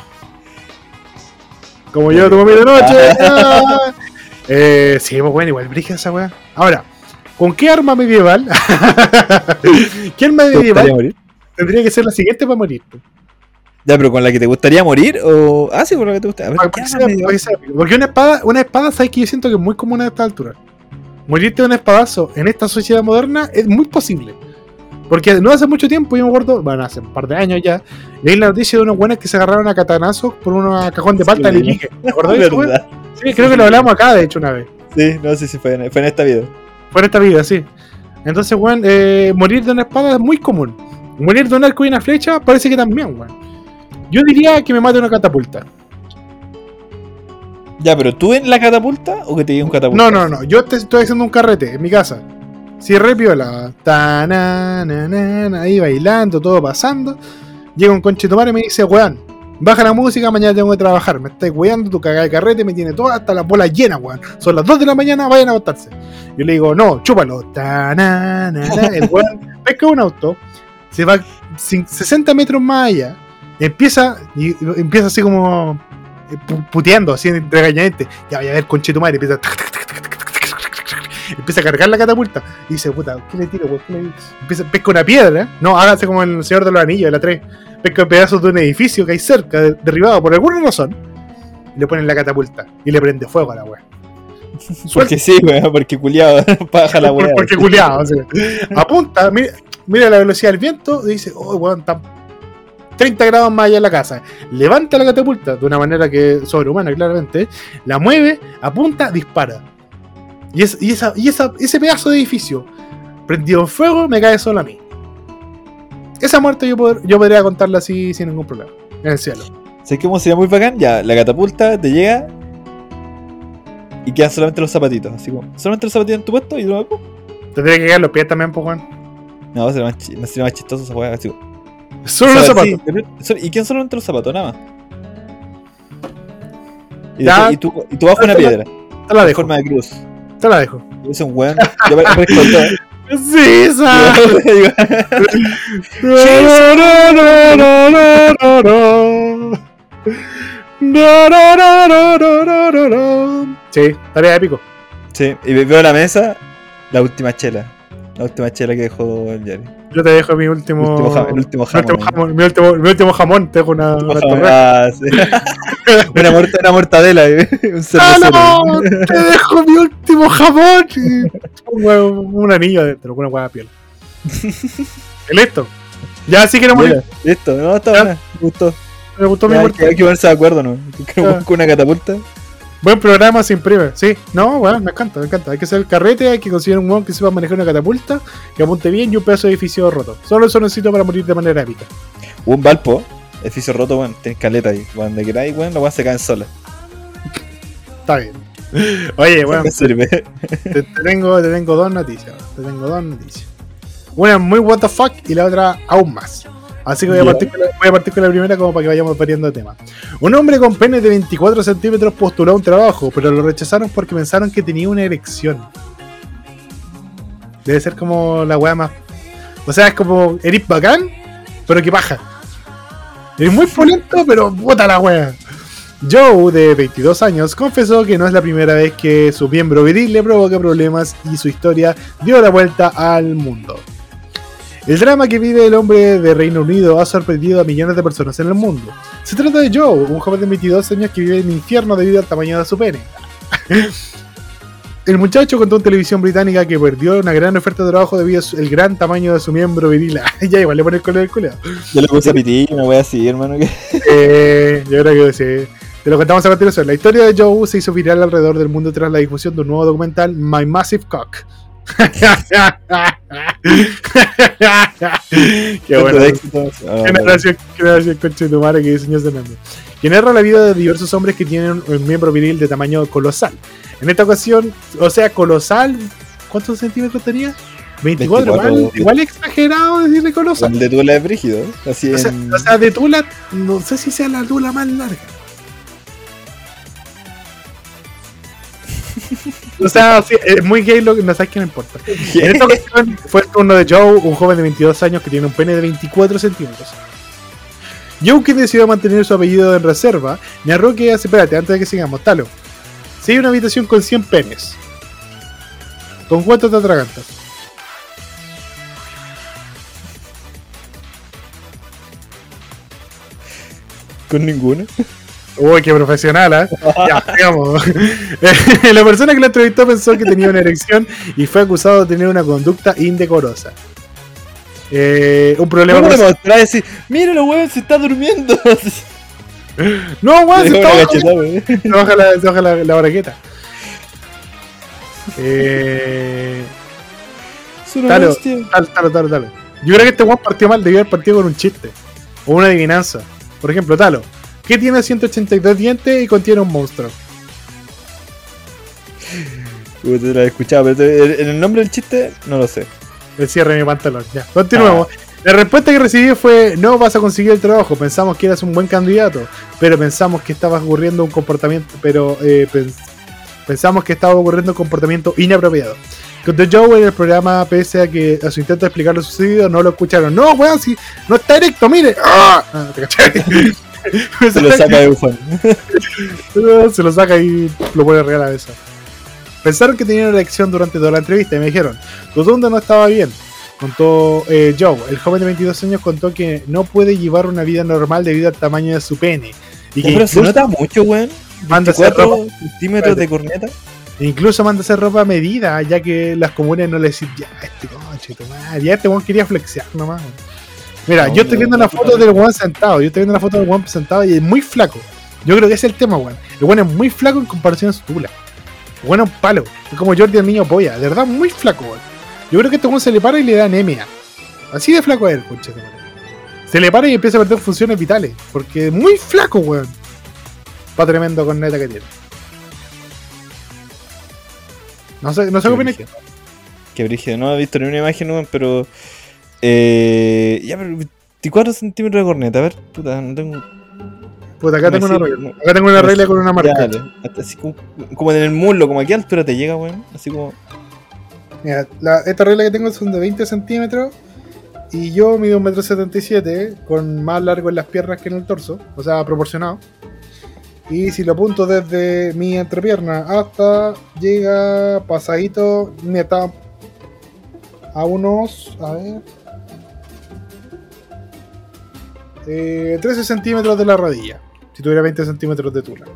Como yo tu mamita de noche. Ah. Eh, sí, pues bueno, igual brilla esa weá. Ahora, ¿con qué arma medieval? ¿Qué arma ¿Te gustaría medieval morir? tendría que ser la siguiente para morir? Ya, pero con la que te gustaría morir o. Ah, sí, con la que te gustaría. A ver, Para ¿qué que arma sea- medieval? para que sea- Porque una espada, una espada, sabes que yo siento que es muy común a esta altura. Morirte de un espadazo en esta sociedad moderna es muy posible. Porque no hace mucho tiempo, yo me acuerdo, bueno, hace un par de años ya, leí la noticia de unos buenos que se agarraron a catanazos por un cajón de palta Sí, de Iquique. ¿Te acordás de eso, weón? ¿Verdad? Sí, creo que lo hablamos acá, de hecho, una vez. Sí, no sé si fue en, fue en esta video. Fue en esta vida, sí. Entonces, weón, eh, morir de una espada es muy común. Morir de un arco y una flecha parece que también, weón. Yo diría que me mate una catapulta. Ya, pero ¿tú en la catapulta o que te llegue un catapulta? No, no, no. Yo te estoy haciendo un carrete en mi casa. Cierre piola. Ta, na, na, na, na, ahí bailando, todo pasando. Llega un conchetumare y me dice, weón, baja la música, mañana tengo que trabajar. Me estáis weando, tu cagada de carrete, me tiene todas hasta las bolas llenas, weón. Son las dos de la mañana, vayan a acostarse. Yo le digo, no, chúpalo. Ta, na, na, na. El weón pesca un auto, se va cin- sesenta metros más allá, empieza, y, y empieza así como eh, pu- puteando, así entre regañadientes. Ya vaya a ver, conchetumare, empieza tac, tac, tac, tac, tac, tac, tac, tac, empieza a cargar la catapulta y dice, puta, ¿qué le tiro, weón? ¿Qué le tiro? Empieza, pesca una piedra, no, hágase como el Señor de los Anillos de la tres, pesca pedazos de un edificio que hay cerca, de- derribado por alguna razón, y le ponen la catapulta y le prende fuego a la weá. Porque sí, weón, porque culiado, baja la weá. Porque culiado, o sea, apunta, mira, mira la velocidad del viento y dice, oh, weón, está treinta grados más allá en la casa. Levanta la catapulta de una manera que sobrehumana, claramente. La mueve, apunta, dispara. Y, es, y, esa, y esa, ese pedazo de edificio prendido en fuego me cae solo a mí. Esa muerte yo, poder, yo podría contarla así sin ningún problema. En el cielo. ¿Sabes cómo sería muy bacán? Ya, la catapulta te llega y quedan solamente los zapatitos. Así como, solamente los zapatitos en tu puesto y luego. ¡pum! Tendría que caer los pies también, pues, weón. No, sería más, chi- sería más chistoso esa weá. Así como, Solo o sea, los zapatos. sí, pero- ¿Y quién solamente los zapatos? Nada más. Y, Ya. después- y tú, y tú bajo una Te la- piedra. Te la En dejo. forma de cruz. Te la dejo. Y es un weón. Yo aparezco todo. Sí, esa. Digo, Sí, estaría épico. sí, y veo la mesa, la última chela. La última chela que dejó el Jerry. Yo te dejo mi último. El último ja- el último mi jamón, último jamón. Mi último, mi último jamón. Te dejo una, una torre. Ah, sí. una, morta- una mortadela, eh, un ¡Ah, cervecero. no! Te dejo mi último jamón. Y un, huevo- un anillo adentro, una hueá piel. Y listo. Ya sí queremos Mira, ir. listo, no, está Ya. buena, me gustó. Me gustó mi Ya, hay, muerte. que, hay que ponerse de acuerdo, ¿no? Que Ya. busco una catapulta. Buen programa sin primer. Sí, no, bueno, me encanta, me encanta. Hay que hacer el carrete, hay que conseguir un hueón que sepa manejar una catapulta, que apunte bien y un pedazo de edificio roto. Solo eso necesito para morir de manera épica. Hubo un Valpo, Edificio roto, weón, tenés caleta ahí. Cuando queráis, weón, las weas se caen solas. Está bien. Oye, bueno, Me sirve. te, te tengo, te tengo dos noticias. Te tengo dos noticias. Una muy what the fuck y la otra aún más. Así que voy a, partir con la, voy a partir con la primera como para que vayamos variando de tema. Un hombre con pene de veinticuatro centímetros postuló a un trabajo, pero lo rechazaron porque pensaron que tenía una erección. Debe ser como la weá más... O sea, es como, eres bacán, pero que paja. Es muy polento, pero bota la weá. Joe, de veintidós años, confesó que no es la primera vez que su miembro viril le provoca problemas y su historia dio la vuelta al mundo. El drama que vive el hombre de Reino Unido ha sorprendido a millones de personas en el mundo. Se trata de Joe, un joven de veintidós años que vive en el infierno debido al tamaño de su pene. El muchacho contó en televisión británica que perdió una gran oferta de trabajo debido al gran tamaño de su miembro viril. Ya igual le pone el color del culeo. Yo le puse a pitín, me voy así, hermano. Que... Eh, yo creo que sí. Te lo contamos a continuación. La historia de Joe se hizo viral alrededor del mundo tras la difusión de un nuevo documental, My Massive Cock. Qué bueno. Qué narración, qué narración concha de tu madre que diseñó ese nombre. Que narra la vida de diversos hombres que tienen un miembro viril de tamaño colosal. En esta ocasión, o sea, colosal, ¿cuántos centímetros tenía? veinticuatro, veinticuatro igual, igual exagerado decirle colosal. El de Tula es brígido, así o sea, en... o sea, de Tula, no sé si sea la Tula más larga. O sea, sí, es muy gay lo que no sabes que no importa. En esta ocasión fue el turno de Joe, un joven de veintidós años que tiene un pene de veinticuatro centímetros. Joe, que decidió mantener su apellido en reserva, narró que hace, espérate, antes de que sigamos, Talo. Si hay una habitación con cien penes, ¿con cuánto te atragantas? Con ninguno. Uy, qué profesional, ¿eh? Ya, digamos. La persona que lo entrevistó pensó que tenía una erección y fue acusado de tener una conducta indecorosa. Eh, un problema. ¿Cómo demostrar decir, míralo, weón, se está durmiendo? No, weón, se está durmiendo. Se baja la, se baja la, la braqueta. Eh. Talo, talo, talo, talo, talo. Yo creo que este weón partió mal, debió haber partido con un chiste. O una adivinanza. Por ejemplo, Talo. ¿Qué tiene ciento ochenta y dos dientes y contiene un monstruo? Uy, te lo he escuchado, pero en el nombre del chiste no lo sé. El cierre de mi pantalón. Ya, continuemos. Ah. La respuesta que recibí fue: no vas a conseguir el trabajo. Pensamos que eras un buen candidato, pero pensamos que estabas ocurriendo un comportamiento, pero eh, pens pensamos que estaba ocurriendo un comportamiento inapropiado. Contó Joe en el programa, pese a que a su intento de explicar lo sucedido, no lo escucharon. No, weón, si no está erecto, mire. ¡Ah! Ah, ¿te cachai? Se lo saca de bufón. Se lo saca y lo pone real a esa. Pensaron que tenían una erección durante toda la entrevista y me dijeron, tu tonda no estaba bien. Contó eh, Joe. El joven de veintidós años contó que no puede llevar una vida normal debido al tamaño de su pene. Y que pero se nota mucho, weón. veinticuatro centímetros de corneta. Incluso manda a hacer ropa a medida, ya que las comunes no le dicen, ya, este coche, tu madre, ya este weón quería flexear nomás. Mira, no, yo estoy viendo no, la foto no, del weón sentado, yo estoy viendo la foto del weón sentado y es muy flaco. Yo creo que ese es el tema, weón. El weón es muy flaco en comparación a su tula. El weón es un palo, es como Jordi el niño polla, de verdad muy flaco, weón. Yo creo que este weón se le para y le da anemia. Así de flaco es el coche. Se le para y empieza a perder funciones vitales, porque es muy flaco, weón. Pa' tremendo corneta que tiene. No sé, no sé qué opinas. Qué brígido, no he visto ni una imagen, weón, pero... Eh, ya, pero veinticuatro centímetros de corneta, a ver, puta, no tengo... Puta, acá tengo una regla. Acá tengo una regla con una marca. Así como, como en el muslo, como aquí a altura te llega, weón. Así como... Mira, la, esta regla que tengo son de veinte centímetros. Y yo mido un metro setenta y siete, con más largo en las piernas que en el torso. O sea, proporcionado. Y si lo apunto desde mi entrepierna hasta... Llega pasadito... Me está... A unos... A ver... Eh, trece centímetros de la rodilla. Si tuviera veinte centímetros de tula.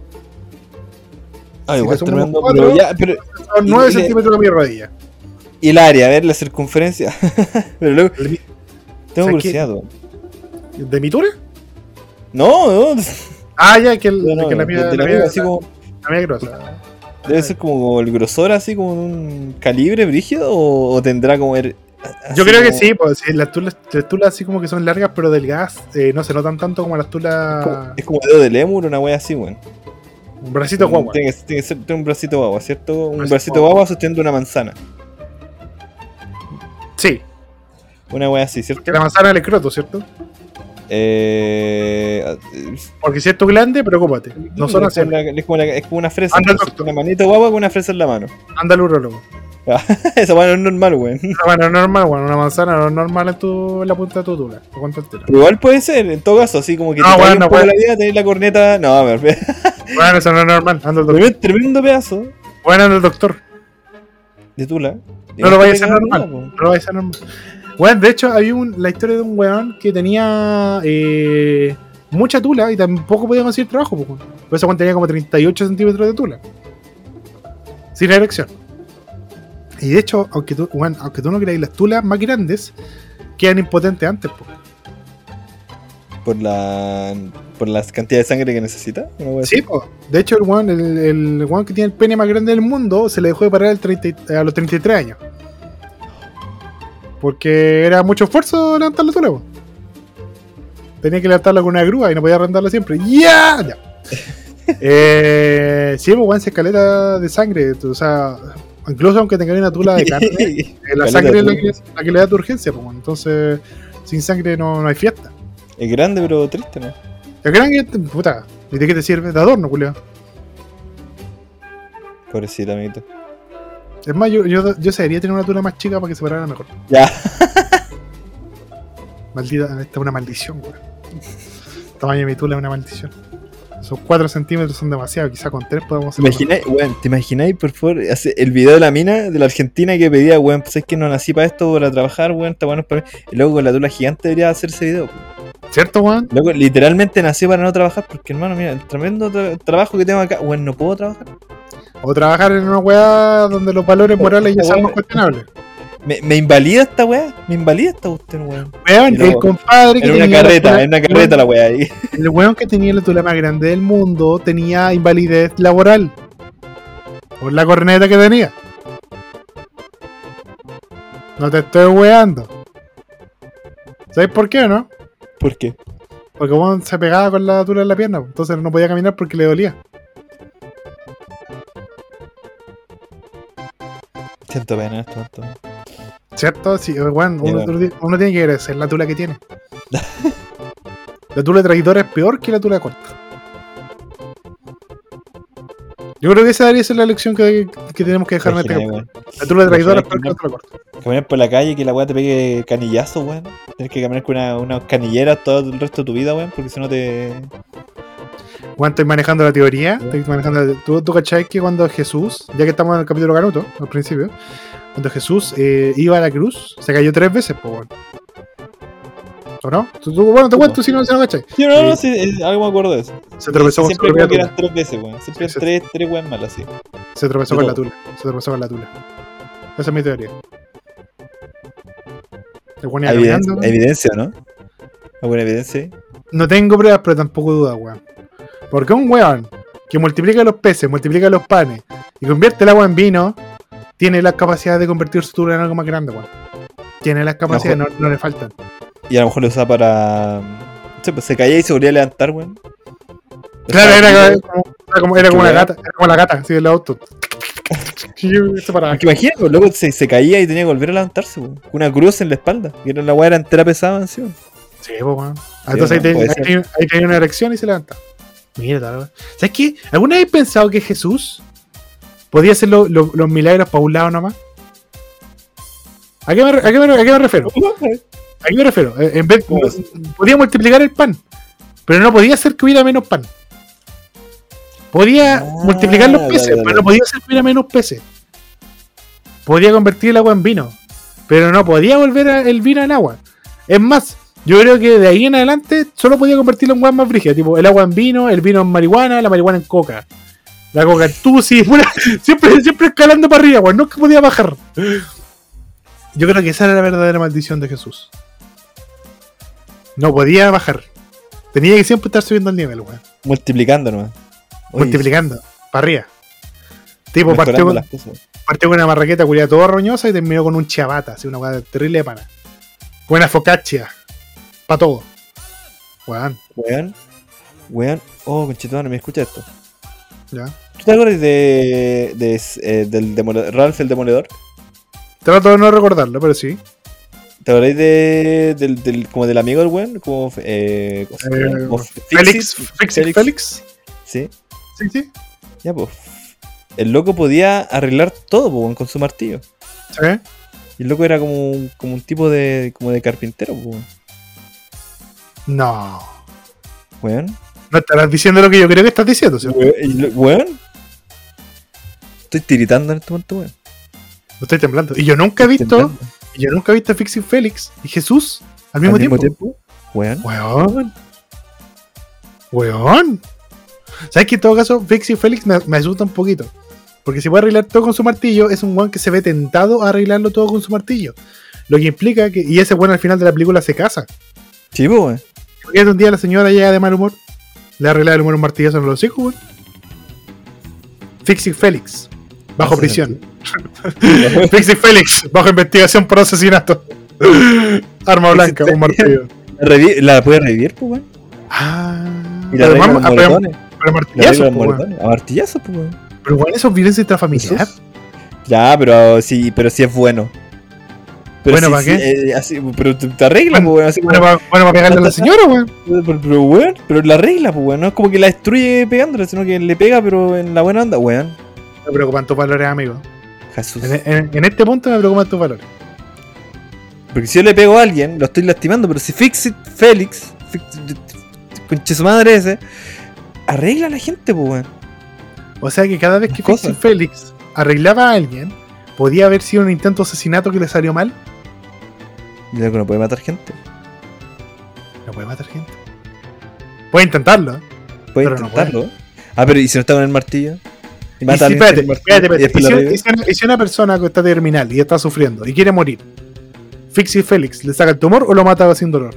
Ah, igual si tremendo, cuatro, pero ya... Pero, son nueve centímetros de mi rodilla. Y el área, a ver, la circunferencia. Pero luego... El, tengo curiosidad. ¿De mi tula? No, no. Ah, ya, que, el, no, que la mía... De la, la mía, así como... La mía grosa. ¿Debe ser como el grosor así como un calibre brígido o, o tendrá como el, Yo creo que sí, pues sí, las tulas, las tulas así como que son largas pero delgadas, eh, no se notan tanto como las tulas. Como- Es como dedo de lémur, una wea así, weón. Un bracito guagua. Tiene que, tiene que ser tiene un bracito guagua, ¿cierto? Un Bracito bracito guagua. guagua sosteniendo una manzana. Sí, Una wea así, ¿cierto? que la manzana es el escroto, ¿cierto? Eh, Porque si es tu glande, preocúpate. No son es, así. como una, es, como una, es como una fresa. Anda al Entonces, doctor. una manito guagua con una fresa en la mano. Anda al urólogo. Esa wea no es normal, weón. Bueno, es normal, bueno, una manzana no es normal en, tu, en la punta de tu tula. Te cuento entero. Pero igual puede ser, en todo caso, así como que No, te cae bueno, un poco bueno. la vida, tenés la corneta. No, me refiero. Bueno, eso no es normal. Anda al doctor. Tremendo, tremendo pedazo Bueno, anda al doctor. de tula. No lo vayas a Igual hacer te cae normal. la No lo vayas a hacer normal. Bueno, de hecho, había un, la historia de un weón que tenía eh, mucha tula y tampoco podía conseguir trabajo. Pues, weón. Por eso, weón, tenía como treinta y ocho centímetros de tula. Sin erección. Y de hecho, aunque tú, weón, aunque tú no creas, las tulas más grandes quedan impotentes antes. Pues. Por la por la cantidad de sangre que necesita. Una wea así. Sí, pues. De hecho, el weón, el, el weón que tiene el pene más grande del mundo se le dejó de parar al treinta y- a los treinta y tres años. Porque era mucho esfuerzo levantar la tula, po. Tenía que levantarla con una grúa y no podía arrendarla siempre. ¡Ya! Ya. eh, sí, pues, weón, se escaleta de sangre. O sea, incluso aunque tenga una tula de carne, eh, la Caleta sangre de es la tula. que, la que le da tu urgencia, pues, weón. Entonces, sin sangre no, no hay fiesta. Es grande, pero triste, ¿no? ¿Te creen que, puta, ¿y de qué te sirve? De adorno, culiao. Pobrecito, amiguito. Es más, yo, yo, yo debería tener una tula más chica para que se parara mejor. Ya. Maldita, esta es una maldición, weón. El tamaño de mi tula es una maldición. Esos cuatro centímetros son demasiado, quizá con tres podemos ¿Te hacer. imagináis, weón? ¿Te imagináis, por favor, hace el video de la mina de la Argentina que pedía, weón, pues es que no nací para esto, para trabajar, weón, está bueno para mí? Y luego con la tula gigante debería hacer ese video. ¿Cierto, weón? Luego, literalmente nació para no trabajar, porque hermano, mira, el tremendo tra- trabajo que tengo acá, weón, no puedo trabajar. O trabajar en una weá donde los valores morales ya Esta son weá- más cuestionables. Me, me invalida esta weá, me invalida esta cuestión, weón. Weón, Y no, el compadre que En una tenía la carreta, tula- en una carreta la weá ahí. El weón que tenía la tula más grande del mundo tenía invalidez laboral. Por la corneta que tenía. No te estoy weando. ¿Sabes por qué o no? ¿Por qué? Porque weón se pegaba con la tula en la pierna, entonces no podía caminar porque le dolía. Siento pena en esto, esto. ¿Cierto? Sí, weón, Ya, uno, bueno. uno tiene que agradecer la tula que tiene. La tula traidora es peor que la tula corta. Yo creo que esa debería ser la lección que, que tenemos que dejar en este Imagináis, capítulo. weón. La tula traidora es Imagináis peor que la tula corta. Caminar por la calle y que la weá te pegue canillazo, weón. Tienes que caminar con una, unas canilleras todo el resto de tu vida, weón, porque si no te. Weón, estoy manejando la teoría. Sí. Estoy manejando la- ¿Tú, tú cachai que cuando Jesús, ya que estamos en el capítulo Canuto, al principio, cuando Jesús eh, iba a la cruz, se cayó tres veces, pues, weón. ¿O no? ¿Tú, tú- bueno, te Sí, cuento po. si no, si no cachai. Sí, no, no, sí, es- algo me acuerdo de eso. Se tropezó con su Siempre propia como que tula. eran tres veces, weón. Siempre Sí, sí. tres, tres weón malas, así. Se tropezó De con la todo. tula. Se tropezó con la tula. Esa es mi teoría. El weón iba Evidencia, caminando. evidencia, ¿no? ¿Alguna evidencia? No tengo pruebas, pero tampoco dudas, weón. Porque un weón que multiplica los peces, multiplica los panes y convierte el agua en vino, tiene la capacidad de convertir su tula en algo más grande, weón. Tiene las capacidades, no, no le faltan. Y a lo mejor lo usaba para. No sé, pues se caía y se volvía a levantar, weón. Claro, Estaba- era como, era como, era como una Qué gata, era como la gata, así del auto. Y se paraba. Porque imagínate, pues, luego se, se caía y tenía que volver a levantarse, weón. Con una cruz en la espalda. Y era la weá era entera pesada encima. Sí, pues, weón. Ah, entonces no, ahí, puede te- ser. ahí, tiene- ahí tiene una erección y se levanta. Mira, tal, weón. ¿Sabes qué? ¿Alguna vez he pensado que Jesús podía hacer lo- lo- los milagros para un lado nomás? ¿A qué me, re- a qué me, a qué me refiero? ¿A qué me refiero? Eh, En vez, ¿Cómo no- es? podía multiplicar el pan, pero no podía hacer que hubiera menos pan. Podía Ah, multiplicar los dale, peces, dale. pero no podía hacer que hubiera menos peces. Podía convertir el agua en vino, pero no podía volver a- el vino en agua. Es más, yo creo que de ahí en adelante solo podía convertirlo en agua más brígida, tipo el agua en vino, el vino en marihuana, la marihuana en coca. La coca en tusi, pura- siempre, siempre escalando para arriba, weón, nunca podía bajar. Yo creo que esa era la verdadera maldición de Jesús. No podía bajar. Tenía que siempre estar subiendo el nivel, weón. Multiplicando nomás. Oye, Multiplicando, para arriba. Tipo, partió mejorando con, las cosas. Partió con una marraqueta culiada toda roñosa y terminó con un ciabatta, así una weá terrible de pana. Buena focaccia. Pa' todo. Weón. Weón. Weón. Oh, conchetumare, me escucha esto. Ya. ¿Tú te acuerdas de, de, eh, del demoledor, Ralph el Demoledor? Trato de no recordarlo, pero sí. ¿Te acordáis de, del, del, como del amigo del weón? Como, eh, Eh, como Félix, Félix, Félix. Félix. Sí, Sí, sí. ya pues. El loco podía arreglar todo po, weón, con su martillo. Sí. Y el loco era como, un- como un tipo de, como de carpintero, po, weón. No. Weón. No estarás diciendo lo que yo creo que estás diciendo, ¿cierto? Weón, y lo- weón. Estoy tiritando en este momento, weón. No estoy temblando. Y yo nunca he visto, Temblando. y yo nunca he visto a Fixing Félix y Jesús al mismo, Al mismo tiempo. tiempo. Weón. Weón. Weón. ¿Sabes que en todo caso, Fixing Félix me, me asusta un poquito? Porque si puede arreglar todo con su martillo, es un weón que se ve tentado a arreglarlo todo con su martillo. Lo que implica que, y ese weón al final de la película se casa. Sí, po, weón. Porque un día la señora llega de mal humor, le arregla el humor un martillazo en los hijos, weón. Fixing Félix, bajo Hace prisión. Fixing Félix, bajo investigación por asesinato. Arma blanca, un martillo. La, revi- la puede revivir, pues, weón. Ah, Y la pero, arregla mam- los ah, pero, moretones. pero La martillazo, arregla los po, weón. moretones. A martillazos, pues, weón. Pero bueno, eso es violencia intrafamiliar. Jesús. Ya, pero sí, pero sí es bueno. Pero Bueno, sí, ¿para sí, qué? eh, así, pero te, te arregla, Bueno, pues, weón. Así como, Bueno, para, bueno, para pegarle a la señora, weón. pero, pero, weón, pero la arregla, pues, weón. No es como que la destruye pegándola, sino que le pega, pero en la buena onda, weón. Me preocupan tus valores, amigo. Jesús. En, en- en este punto me preocupan tus valores. Porque si yo le pego a alguien, lo estoy lastimando, pero si Fixit Félix, conche su madre ese, arregla a la gente, pues, weón. O sea que cada vez que Cosas. Fixing Félix arreglaba a alguien, podía haber sido un intento de asesinato que le salió mal. Y luego no puede matar gente. No puede matar gente. Puede intentarlo, ¿eh? Puede Pero no intentarlo. Ah, pero ¿y si no está con el martillo? Y Y mata a si, alguien espérate, con el martillo, espérate, espérate. y después Y la si, revive. y si una, y si una persona que está terminal y está sufriendo y quiere morir, Fixie Félix le saca el tumor o lo mata sin dolor.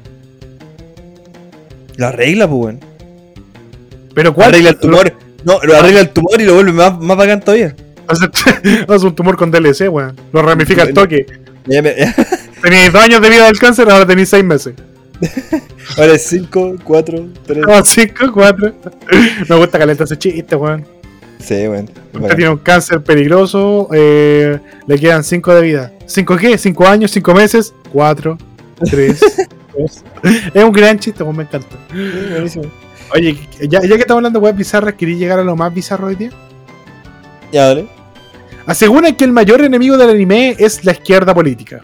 Lo arregla, pues, weón. Pero ¿cuál? Arregla el tumor. No, lo arregla el tumor y lo vuelve más, más bacán todavía. Hace hace un tumor con D L C, weón. Lo ramifica al toque. Ya me- Teníais dos años de vida del cáncer, ahora tenéis seis meses. Ahora es cinco, cuatro, tres. cinco, cuatro. Me gusta calentar ese chiste, weón. Sí, weón. Usted tiene un cáncer peligroso, eh, le quedan cinco de vida. ¿cinco qué? ¿cinco años? ¿cinco meses? cuatro, tres, dos. Es un gran chiste, weón, me encanta. Buenísimo. Oye, ya, ya que estamos hablando de weas bizarras, ¿queréis llegar a lo más bizarro hoy día? Ya, dale. Aseguran que el mayor enemigo del anime es la izquierda política.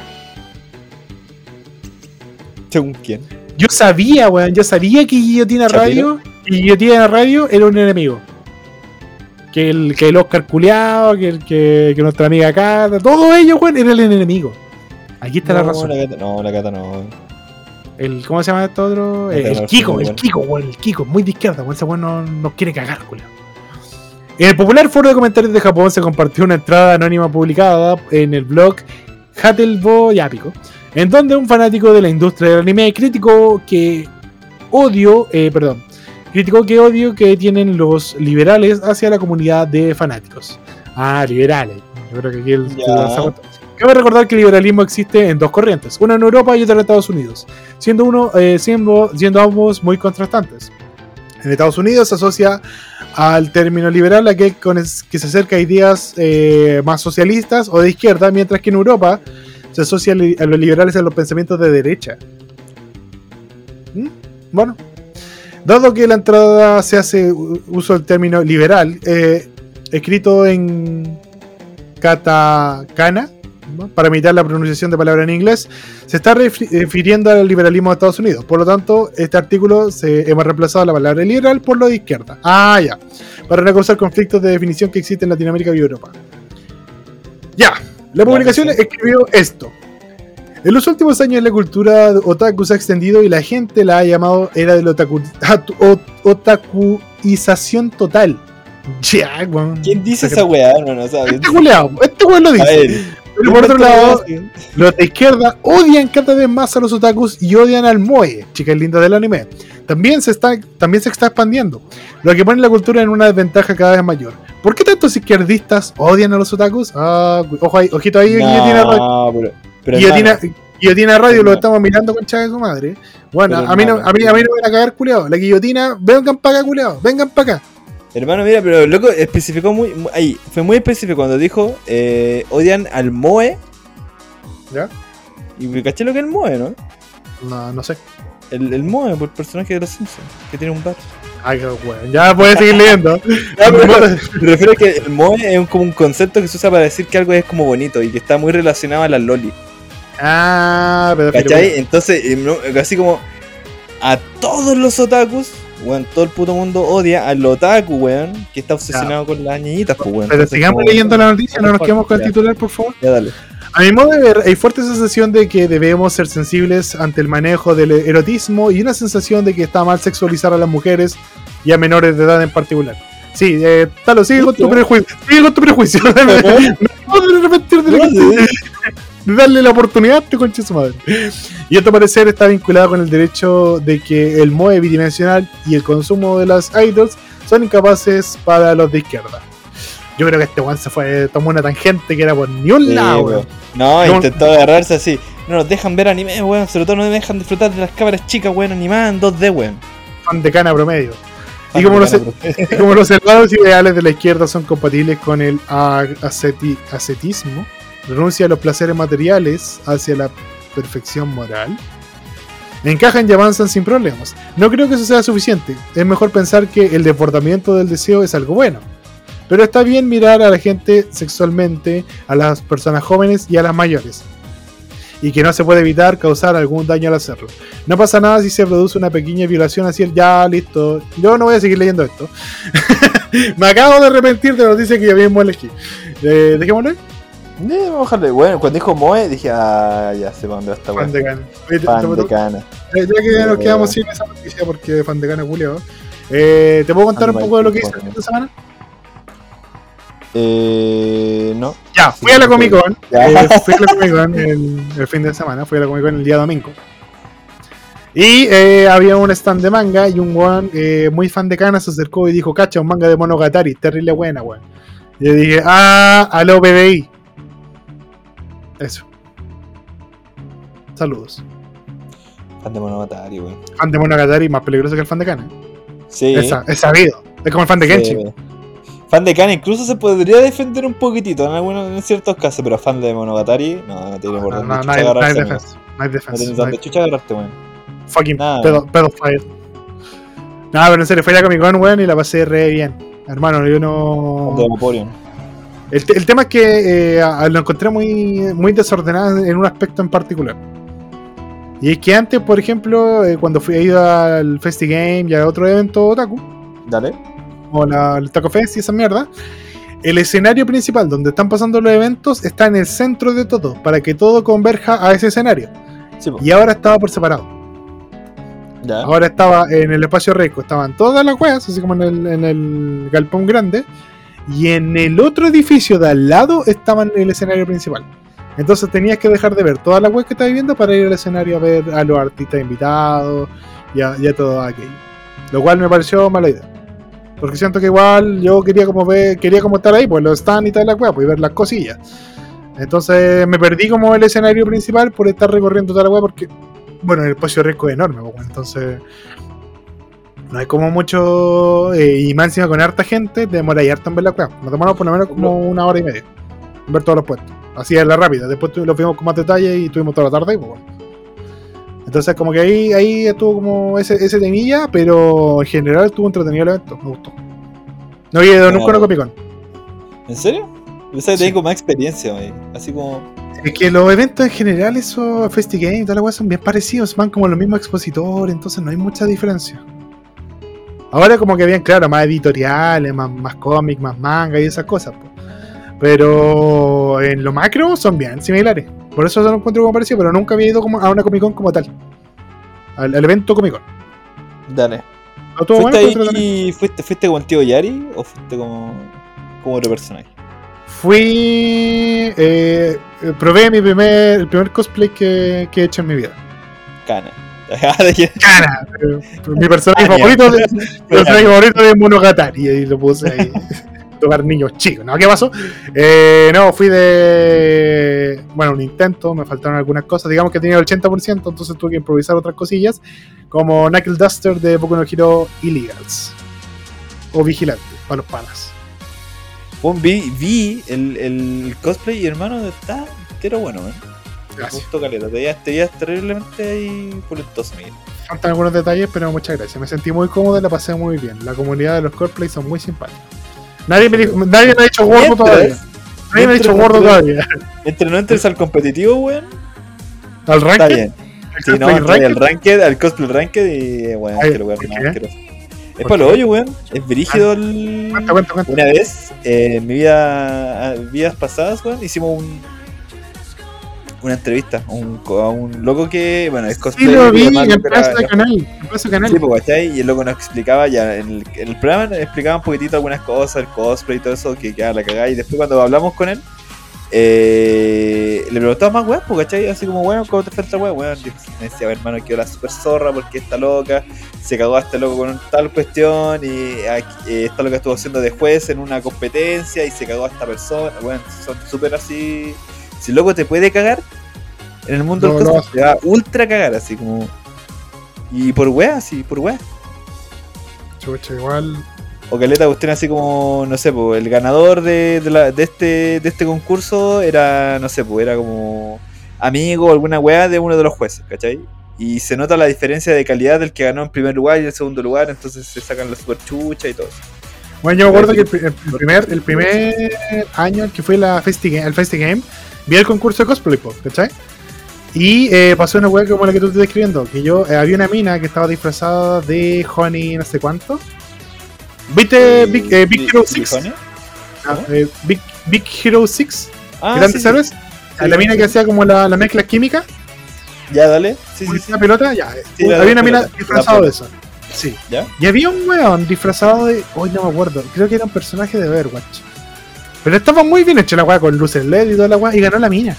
¿Según quién? Yo sabía, weón, yo sabía que Guillotina ¿Shapiro? Radio, que Guillotina Radio era un enemigo. Que el, que el Oscar culiao, que, el, que, que nuestra amiga Cata, todos ellos, weón, eran el enemigo. Aquí está la No, razón. La gata, no, la gata no. weón. El, ¿Cómo se llama esto otro? Cata Eh, el no, Kiko, muy el bueno. Kiko, weón, el Kiko, muy de izquierda, weón, ese weón no- nos quiere cagar, culiao. En el popular foro de comentarios de Japón se compartió una entrada anónima publicada en el blog Hatelbo Yapiko, en donde un fanático de la industria del anime criticó que odio, eh, perdón, criticó que odio que tienen los liberales hacia la comunidad de fanáticos. Ah, liberales. Yo creo que aquí el Ya. Cabe recordar que el liberalismo existe en dos corrientes, una en Europa y otra en Estados Unidos, siendo uno, eh, siendo, siendo ambos muy contrastantes. En Estados Unidos se asocia al término liberal aquel con es, que se acerca a ideas eh, más socialistas o de izquierda, mientras que en Europa se asocia a, li- a los liberales a los pensamientos de derecha. ¿Mm? Bueno, dado que la entrada se hace u- uso del término liberal, eh, escrito en katakana, ¿no? Para imitar la pronunciación de palabras en inglés, se está refi- refiriendo al liberalismo de Estados Unidos. Por lo tanto, este artículo se hemos reemplazado la palabra liberal por lo de izquierda. Ah, ya. Para no causar conflictos de definición que existen en Latinoamérica y Europa. Ya. La publicación Claro, sí. escribió esto. En los últimos años la cultura otaku se ha extendido y la gente la ha llamado era de la otaku, ot- otakuización total. Ya, weón. ¿Quién dice esa weá? No, no sabes. Este culeado, este weón lo A dice. ver. Pero por otro lado, Sí. los de izquierda odian cada vez más a los otakus y odian al moe, chicas lindas del anime. También se está, también se está expandiendo, lo que pone la cultura en una desventaja cada vez mayor. ¿Por qué tantos izquierdistas odian a los otakus? Ah, ojo ahí, ojito ahí, No, Guillotina Radio. pero, pero Guillotina, hermano, Guillotina Radio, lo hermano. estamos mirando concha de su madre. Bueno, Pero a mí, no, hermano, a, mí, a mí no me van a cagar, culiao. La guillotina, vengan para acá, culiao, vengan para acá. hermano, mira, pero loco especificó muy, muy- ahí, fue muy específico cuando dijo eh, odian al Moe. ¿Ya? Y me caché lo que es el Moe, ¿no? No, no sé. El, el Moe, por el personaje de los Simpsons, que tiene un bar. Ay, qué weón. Ya puedes seguir leyendo. No, pero me refiero a que el Moe es un- como un concepto que se usa para decir que algo es como bonito y que está muy relacionado a las loli. Ah, pero ¿Cachai? Entonces, eh, no, así como a todos los otakus, weón, todo el puto mundo odia al otaku, weón, que está obsesionado con las niñitas, pues, weón. Pero Entonces, sigamos como- leyendo la noticia, no nos quedemos con el Ya. titular, por favor. Ya, dale. A mi modo de ver, hay fuerte sensación de que debemos ser sensibles ante el manejo del erotismo y una sensación de que está mal sexualizar a las mujeres y a menores de edad en particular. Sí, eh, Talo, sigue con tu prejuicio. Sigue con tu prejuicio. No puedo arrepentir de, lo que- de darle la oportunidad a este conche su madre. Y esto parecer está vinculado con el derecho de que el moe bidimensional y el consumo de las idols son incapaces para los de izquierda. Yo creo que este one se fue, tomó una tangente que era por ni un Sí, lado, weón. weón. No, No. intentó agarrarse así. No nos dejan ver anime, weón. Sobre todo no nos dejan disfrutar de las cámaras chicas, weón, animadas en dos D, weón. Fan de cana promedio. Fan Y como, de los, cana, y como los elevados ideales de la izquierda son compatibles con el a- asceti- ascetismo, renuncia a los placeres materiales hacia la perfección moral, encajan y avanzan sin problemas. No creo que eso sea suficiente. Es mejor pensar que el desbordamiento del deseo es algo bueno. Pero está bien mirar a la gente sexualmente, a las personas jóvenes y a las mayores. Y que no se puede evitar causar algún daño al hacerlo. No pasa nada si se produce una pequeña violación así, el ya, listo. Yo no voy a seguir leyendo esto. Me acabo de arrepentir de la noticia que ya mismo elegí. Eh, dejémoslo ahí. Eh, vamos a bajarle. Bueno, cuando dijo Moe, dije, ah, ya sé para dónde va esta Fan weón. de cana. Oye, te- Fan te- de cana. Ya ya que ya nos quedamos sin esa noticia porque fan de cana culiao. Eh, ¿Te puedo contar un poco de lo que hice esta semana? Eh. No. Ya, fui a la Comic Con. Ya. eh, fui a la Comic Con el, el fin de semana. Fui a la Comic Con el día domingo. Y eh, había un stand de manga y un weón eh, muy fan de Kana se acercó y dijo: cacha, un manga de Monogatari, terrible buena, weón. Y yo dije: ah, aló B B I. Eso. Saludos. Fan de Monogatari, weón. Fan de Monogatari más peligroso que el fan de Kana. Sí. Es, sa- es sabido. Es como el fan de Genshin. Sí. Fan de Kana incluso se podría defender un poquitito en algunos, en ciertos casos, pero fan de Monogatari, no, no tiene por No, dónde no, no chucha hay, no hay agarrarse, weón. defensa. No hay No defensa. tienes no hay- dónde chucha agarrarte, weón. Fucking Nada. pedo, pedophile. Nada, pero en serio, fui a la Comic Con, weón, y la pasé re bien. Hermano, yo no. Fan de Vaporeon. El, te- el tema es que eh, a- lo encontré muy, muy desordenado en un aspecto en particular. Y es que antes, por ejemplo, eh, cuando fui a ir al FestiGame y a otro evento otaku, Dale. o la, el Taco Fest y esa mierda, el escenario principal donde están pasando los eventos está en el centro de todo, para que todo converja a ese escenario. Sí, po. Y ahora estaba por separado. Ya. Ahora estaba en el espacio rico, estaban todas las weas, así como en el, en el galpón grande. Y en el otro edificio de al lado estaban el escenario principal. Entonces tenías que dejar de ver todas las weas que estabas viendo para ir al escenario a ver a los artistas invitados y a, y a todo aquello. Lo cual me pareció mala idea. Porque siento que igual yo quería como ver, quería como estar ahí, pues los stands y todas las weas, pues y ver las cosillas. Entonces me perdí como el escenario principal por estar recorriendo toda la wea porque, bueno, el espacio rico es enorme, pues, entonces no hay como mucho, eh, y más encima con harta gente, te demoras harta en ver la wea. Nos demoramos por lo menos como una hora y media en ver todos los puestos. Así es la rápida, después tu- lo vimos con más detalle y tuvimos toda la tarde ahí, pues, bueno. Entonces como que ahí, ahí estuvo como ese, ese temilla, pero en general estuvo entretenido el evento, me gustó. No había ido nunca a una Comic Con. ¿En serio? Yo sé que Sí. tengo más experiencia, wey. Así como. Es que los eventos en general, esos FestiGame y toda la weá son bien parecidos, van como los mismos expositores, entonces no hay mucha diferencia. Ahora como que bien, claro, más editoriales, más, más cómics, más manga y esas cosas, po. Pero en lo macro son bien similares. Por eso se lo encuentro como parecido, pero nunca había ido como a una Comic Con como tal. Al, al evento Comic Con. Dale. ¿No estuvo ¿Fuiste bueno? Estuvo entretenido. ahí, fuiste, fuiste con tío Yari o fuiste como, como otro personaje? Fui... Eh, eh, probé mi primer, el primer cosplay que, que he hecho en mi vida. Kana. ¿De quién? Cara, eh, mi personaje Anya. favorito de, mi personaje favorito de Monogatari, y lo puse ahí. tocar niños chicos. ¿No? ¿Qué pasó? Eh, no, fui de. Bueno, un intento, me faltaron algunas cosas. Digamos que tenía el ochenta por ciento, entonces tuve que improvisar otras cosillas, como Knuckle Duster de Boku no Hero Illegals. O Vigilante, para los panas. Bueno, vi, vi el, el cosplay y hermano está entero bueno, ¿eh? Me gustó caleta, te veías, te veías terriblemente ahí pulentoso, Miguel. Faltan algunos detalles, pero muchas gracias. Me sentí muy cómodo y la pasé muy bien. La comunidad de los cosplays son muy simpáticos. Nadie me, dijo, nadie me ha dicho gordo todavía. Nadie me ha dicho gordo todavía. Entre no entres al competitivo, weón. ¿Al ranked? Está bien. Sí, no, entré al ranked, al cosplay ranked y weón, Ay, que lo weón ¿por más qué? asqueroso. Es para lo hoyo, weón. Es brígido el. Cuenta, cuenta, cuenta. Una vez, eh, en mi vida, vidas pasadas, weón, hicimos un. Una entrevista a un, a un loco que, bueno, es cosplay. Sí, lo vi además, en loco era- Plaza Canal. En Plaza Canal. Sí, pues, ¿cachai? Y el loco nos explicaba ya, en el, en el programa nos explicaba un poquitito algunas cosas, el cosplay y todo eso, que quedaba la cagada. Y después cuando hablamos con él, eh, le preguntaba más weón, pues, ¿cachai? Así como, weón, ¿cómo te fue esta weón? Weón, me decía, hermano, quedó la super zorra porque está loca, se cagó a este loco con tal cuestión, y aquí, eh, está lo que estuvo haciendo de juez en una competencia y se cagó a esta persona. Weón, son súper así. Si el loco te puede cagar, en el mundo No, del cosplay no. te va a ultra cagar, así como. Y por weá, sí, por weá. Chucha, igual. O caleta cuestión así como, no sé, pues el ganador de, de, la, de este de este concurso era, no sé, pues era como amigo o alguna weá de uno de los jueces, ¿cachai? Y se nota la diferencia de calidad del que ganó en primer lugar y en segundo lugar, entonces se sacan la super chucha y todo eso. Bueno, yo me acuerdo que el, pri- el primer, el primer año en que fui la Festi Game, al Festi Game, vi el concurso de cosplay, po, ¿cachai? Y eh, pasó una weá como la que tú estás describiendo, que yo, eh, había una mina que estaba disfrazada de Honey no sé cuánto. ¿Viste Big, eh, Big Hero seis? ¿Honey? Ah, eh, Big, Big Hero seis, Ah, Grandes sí, Héroes. sí. A la mina que hacía como la, la mezcla química, Ya, dale. Sí, con sí, sí. una pelota, ya. Sí, uh, la- había una la mina pelota, disfrazada la de eso. Sí. ¿Ya? Y había un weón disfrazado de. Hoy no me acuerdo. Creo que era un personaje de Overwatch. Pero estaba muy bien hecho la weá con luces L E D y toda la weá. Y ganó la mina.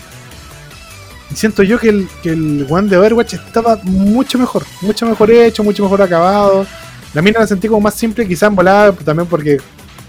Y siento yo que el, que el weón de Overwatch estaba mucho mejor. Mucho mejor hecho, mucho mejor acabado. La mina la sentí como más simple, quizás en volada, también porque.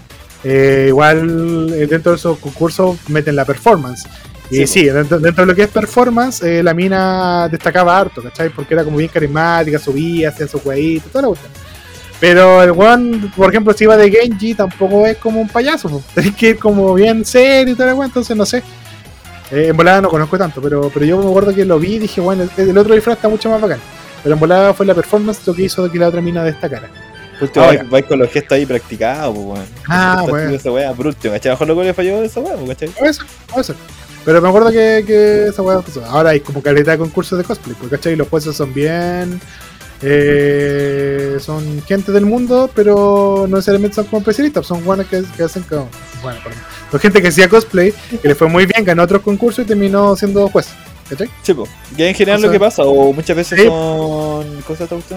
eh, igual eh, dentro de esos concursos meten la performance. Y Sí, sí, dentro, dentro de lo que es performance, eh, la mina destacaba harto, ¿cachai? Porque era como bien carismática, subía, hacía su jueguito, toda la cuestión. Pero el one, por ejemplo, si iba de Genji, tampoco es como un payaso, pues. Tenés que ir como bien serio y toda la cuestión, entonces no sé. Eh, en volada no conozco tanto, pero, pero yo me acuerdo que lo vi y dije, bueno, el, el otro disfraz está mucho más bacán. Pero en volada fue la performance lo que hizo que la otra mina destacara. Pues te Ahora. vais, vais con los gestos ahí practicados, pues, weón. Ah, Está bueno. haciendo esa weá, por último, ¿cachai? Mejor loco le falló esa weá, pues, ¿cachai? Puede ser, puede ser. Pero me acuerdo que, que esa weá pasó. Ahora hay como caleta de concursos de cosplay, porque ¿cachai? Los jueces son bien. Eh, son gente del mundo, pero no necesariamente son como especialistas, son buenos que, que hacen como. Bueno, perdón. Son gente que hacía cosplay, que le fue muy bien, ganó otros concursos y terminó siendo juez. ¿Cachai? Sí, pues. Que en general O sea, lo que pasa, o muchas veces sí. son cosas tan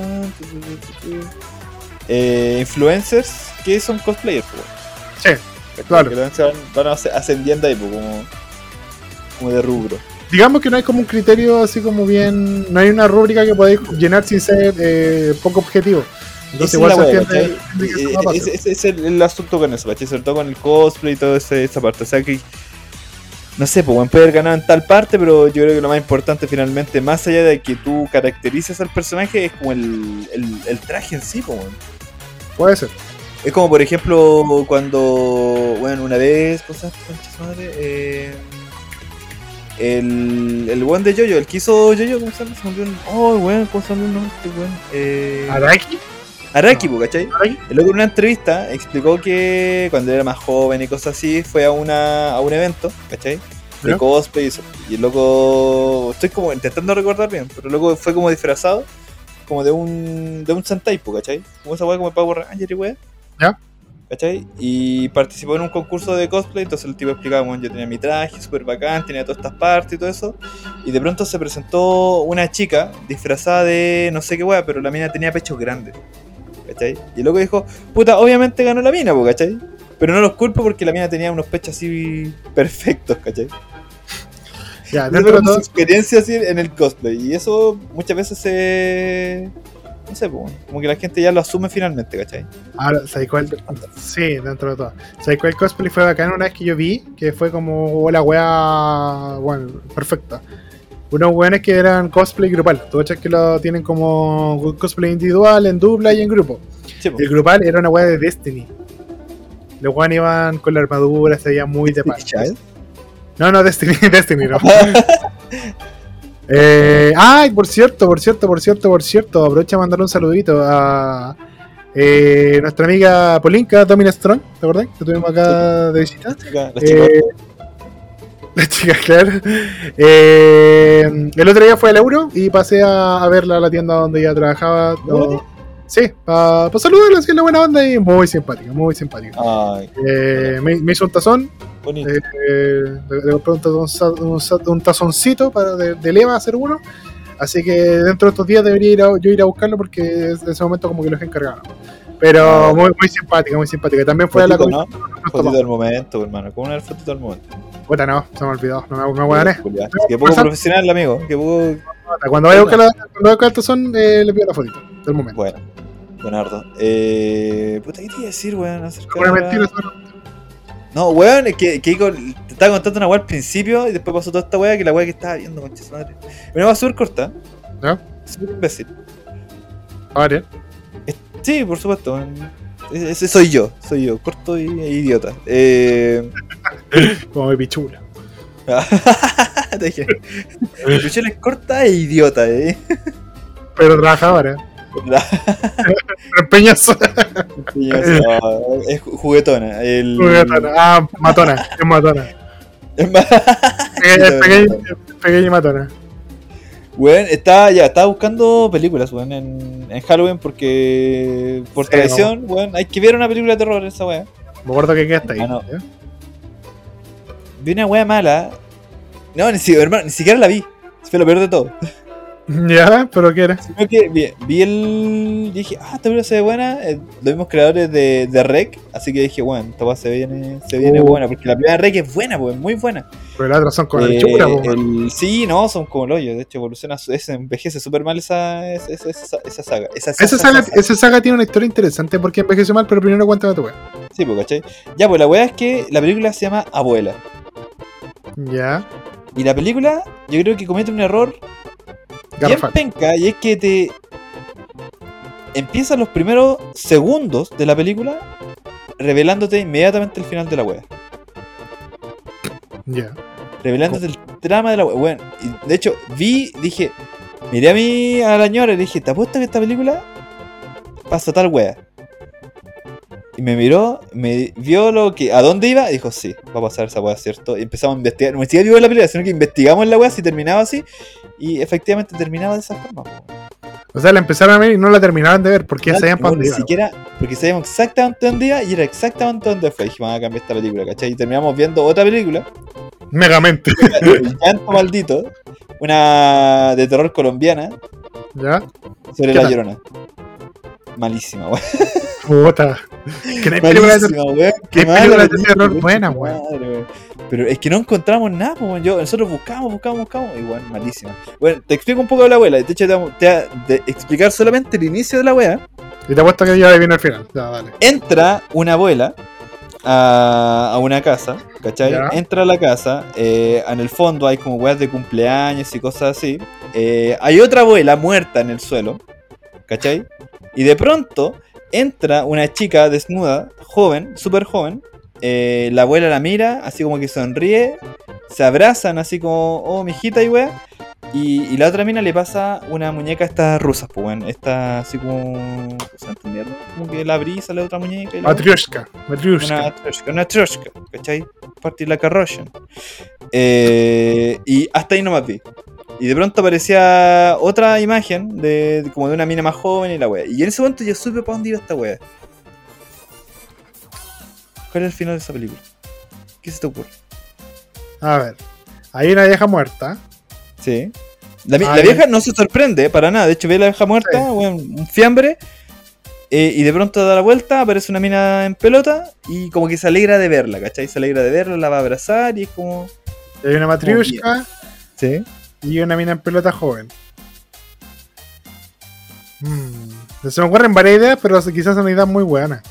eh, influencers que son cosplayers, pues. Sí. ¿Cachai? Claro. Que también se van, van as- ascendiendo ahí, pues, como, como de rubro. Digamos que no hay como un criterio así como bien. No hay una rúbrica que podáis llenar sin ser eh, poco objetivo. Entonces, Esa igual es se la wea, entiende, ¿cachai? entiende que eso Eh, va a pasar. Ese ese es el, el asunto con eso, ¿cachai? Sobre todo con el cosplay y toda esa parte. O sea que, no sé, pues, bueno, puede haber ganado en tal parte, pero yo creo que lo más importante finalmente, más allá de que tú caracterices al personaje, es como el, el, el traje en sí, pues, bueno. Puede ser. Es como, por ejemplo, cuando, bueno, una vez, cosas, concha su madre, eh, el, el weón de Yoyo, el que hizo Yoyo, ¿cómo se llama? Se me olvidó el- Oh, weón, ¿cómo se llama el nombre de este weón? Eh, ¿Araki? Araki, No. po, ¿cachai? ¿Araki? El loco en una entrevista explicó que cuando era más joven y cosas así, fue a una a un evento, ¿cachai? De ¿Ya? cosplay y eso. Y el loco, estoy como intentando recordar bien, pero el loco fue como disfrazado, como de un de un Sentai, po, ¿cachai? Como esa weá como Power Ranger y weá. ¿Ya? ¿Cachai? Y participó en un concurso de cosplay, entonces el tipo explicaba, bueno, yo tenía mi traje súper bacán, tenía todas estas partes y todo eso, y de pronto se presentó una chica disfrazada de no sé qué weá, pero la mina tenía pechos grandes, ¿cachai? Y el loco dijo, puta, obviamente ganó la mina, po, ¿cachai? Pero no los culpo porque la mina tenía unos pechos así perfectos, ¿cachai? Ya, Esa dentro fue de su todo. experiencia así en el cosplay, y eso muchas veces se... no sé, pues, como que la gente ya lo asume finalmente, ¿cachai? Ahora, ¿sabes cuál? Sí, dentro de todo. ¿Sabes cuál cosplay fue bacán una vez que yo vi? Que fue como la wea, bueno, perfecta. Unos weones que eran cosplay grupal. Tú cachas que lo tienen como cosplay individual, en dupla y en grupo. Sí, El grupal era una wea de Destiny. Los weones iban con la armadura, se veía muy de pan. No, no, Destiny, Destiny no. eh, ay, por cierto, por cierto, por cierto, por cierto. Aprovecha a mandar un saludito a eh, nuestra amiga Polinka, Domina Strong, ¿te acordás? Que tuvimos acá de visita. La chica, la chica. Eh, la chica, claro. Eh, el otro día fue al Euro y pasé a, a verla a la tienda donde ella trabajaba. No, sí, para pa saludarla, así en la buena onda y muy simpática, muy simpática. Ay, Eh, me, me hizo un tazón. bonito. Eh, le, le compré un, tazón, un, un tazoncito para de, de leva hacer uno. Así que dentro de estos días debería ir a, yo ir a buscarlo porque en ese momento como que los encargaron. Pero Ah, muy, muy simpática, muy simpática. También fue fotito, a la ¿no? comida. Fotito del momento, hermano. ¿Cómo era el fotito del momento? Puta, no, se me olvidó. No me, me aguaré. Que poco profesional, amigo. Que poco. Cuando vaya a buscar, la, cuando vaya a buscar el tazón, eh, le pido la fotito del momento. Bueno, Leonardo. Eh. Puta, ¿qué te iba a decir, weón? Acerca Una de la- mentira, solo. No, weón, es que, que Ico te estaba contando una weá al principio y después pasó toda esta weá que la weá que estaba viendo, concha su madre. Una weá súper corta, ¿No? súper imbécil. Vale. Sí, por supuesto. weón. Ese soy yo, soy yo, corto y e idiota. Eh. Como mi pichula. Te dije. Mi pichula es corta e idiota, eh. Pero trabajadora. La- Pero empeñosa. No, es ju- juguetona. El... Juguetona. Ah, matona. Es matona. Es más- Es pequeña, es pequeña y matona. Weón, estaba, ya, estaba buscando películas, weón, en, en Halloween porque por Sí, tradición, weón, hay que ver una película de terror esa weá. Me acuerdo que quedaste ahí. Ah, no. ¿eh? Vi una weá mala. No, ni, si- hermano, ni siquiera la vi. Fue lo peor de todo. Ya, pero ¿qué era? Sino que vi, vi el. Dije, ah, esta película se ve buena. eh, Los mismos creadores de, de Rec. Así que dije, bueno, esta weá se viene, se viene Uh. buena. Porque la primera Rec es buena, pues, muy buena. Pero las otras son con la Eh, pichula, po. el- sí, no, son como el hoyo. De hecho, evoluciona, su- es, envejece súper mal esa, esa, esa, esa, esa saga. Esa, Esa saga, esa saga tiene una historia interesante porque envejeció mal, pero primero cuéntame tu wea. Sí, pues, ¿cachai? Ya, pues la weá es que la película se llama Abuela. Ya, Y la película, yo creo que comete un error bien garrafal. penca, y es que te empiezan los primeros segundos de la película revelándote inmediatamente el final de la wea. Ya. Revelándote el trama de la wea. Bueno, y de hecho, vi, dije, miré a mí a la señora y le dije, ¿te apuesto que esta película pasa tal wea? Y me miró, me vio lo que, a dónde iba y dijo, sí, va a pasar esa wea, ¿cierto? Y empezamos a investigar, no siquiera vimos la película, sino que investigamos la wea si terminaba así, y efectivamente terminaba de esa forma. O sea, la empezaron a ver y no la terminaban de ver porque ya No, sabían para no, dónde ni iba. siquiera, porque sabíamos exactamente dónde iba y era exactamente dónde fue. Dijimos, vamos a cambiar esta película, ¿cachai? Y terminamos viendo otra película, Megamente. El Llanto Maldito, una de terror colombiana, ¿Ya? sobre ¿Qué La tal? Llorona. Malísima, weón. Puta. Que no hay película de Malísima, weón. ¿Qué Qué mala película de película, terror weón, buena, qué weón? madre, weón. Pero es que no encontramos nada, pues, weón. Yo, nosotros buscamos, buscamos, buscamos. Y bueno, malísima. Bueno, te explico un poco de la abuela. De hecho, te voy a de explicar solamente el inicio de la wea. Y te apuesto que ya viene al final. Ya, dale. Entra una abuela a, a una casa, ¿cachai? Ya. Entra a la casa, eh, en el fondo hay como weas de cumpleaños y cosas así. Eh, hay otra abuela muerta en el suelo, ¿cachai? Y de pronto entra una chica desnuda, joven, súper joven. Eh, la abuela la mira, así como que sonríe, se abrazan así como, oh, mijita y wea. Y, y la otra mina le pasa una muñeca a estas rusas, pues, weón. Esta así como. ¿Cómo se entiende? Como que la brisa la otra muñeca. Y la Matryoshka. Matryoshka. una troshka, una troshka, ¿cachai? Partir la carrocha. Eh, y hasta ahí nomás vi. Y de pronto aparecía otra imagen de, de como de una mina más joven y la wea. Y en ese momento yo supe para dónde iba esta wea. ¿Cuál es el final de esa película? ¿Qué se te ocurre? A ver. Hay una vieja muerta. Sí. La, mi- Ah, la ya. vieja no se sorprende para nada. De hecho, ve a la vieja muerta, Sí. weón, un fiambre. eh, y de pronto da la vuelta, aparece una mina en pelota. Y como que se alegra de verla, ¿cachai? Se alegra de verla, la va a abrazar y es como. Y hay una Matryoshka Sí. y una mina en pelota joven. Mm. Se me ocurren varias ideas, pero quizás son ideas muy buenas.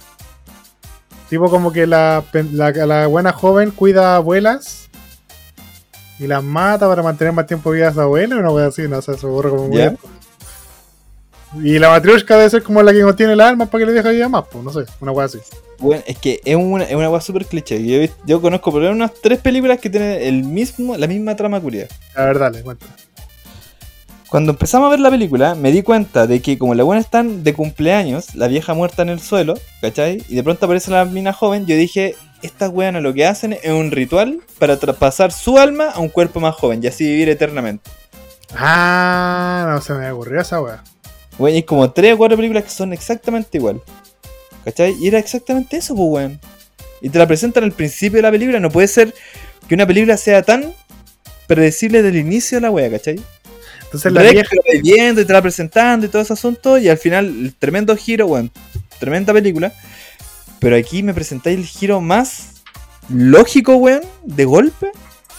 Tipo como que la, la, la buena joven cuida a abuelas y las mata para mantener más tiempo viva a su abuela, una wea así, no sé, se me ocurre como muy ¿Ya? bien. Y la matrioshka debe ser como la que contiene las almas para que le deje vida más, pues, no sé, una wea así. Bueno, es que es una, es una weá súper cliché. Yo, he visto- yo conozco por lo menos unas tres películas que tienen el mismo, la misma trama curia. A ver, dale, cuenta. Cuando empezamos a ver la película, me di cuenta de que como la buena están de cumpleaños, la vieja muerta en el suelo, ¿cachai? Y de pronto aparece la mina joven, yo dije, estas weonas lo que hacen es un ritual para traspasar su alma a un cuerpo más joven y así vivir eternamente. Ah, no se me ocurrió esa wea. Weón, y hay como tres o cuatro películas que son exactamente igual. ¿Cachai? Y era exactamente eso, pues, weón. Y te la presentan al principio de la película. No puede ser que una película sea tan predecible del inicio de la wea, ¿cachai? Entonces la Rec, vieja. te la vais viendo y te la presentando y todo ese asunto. Y al final, el tremendo giro, weón. Tremenda película. Pero aquí me presentáis el giro más lógico, weón, de golpe.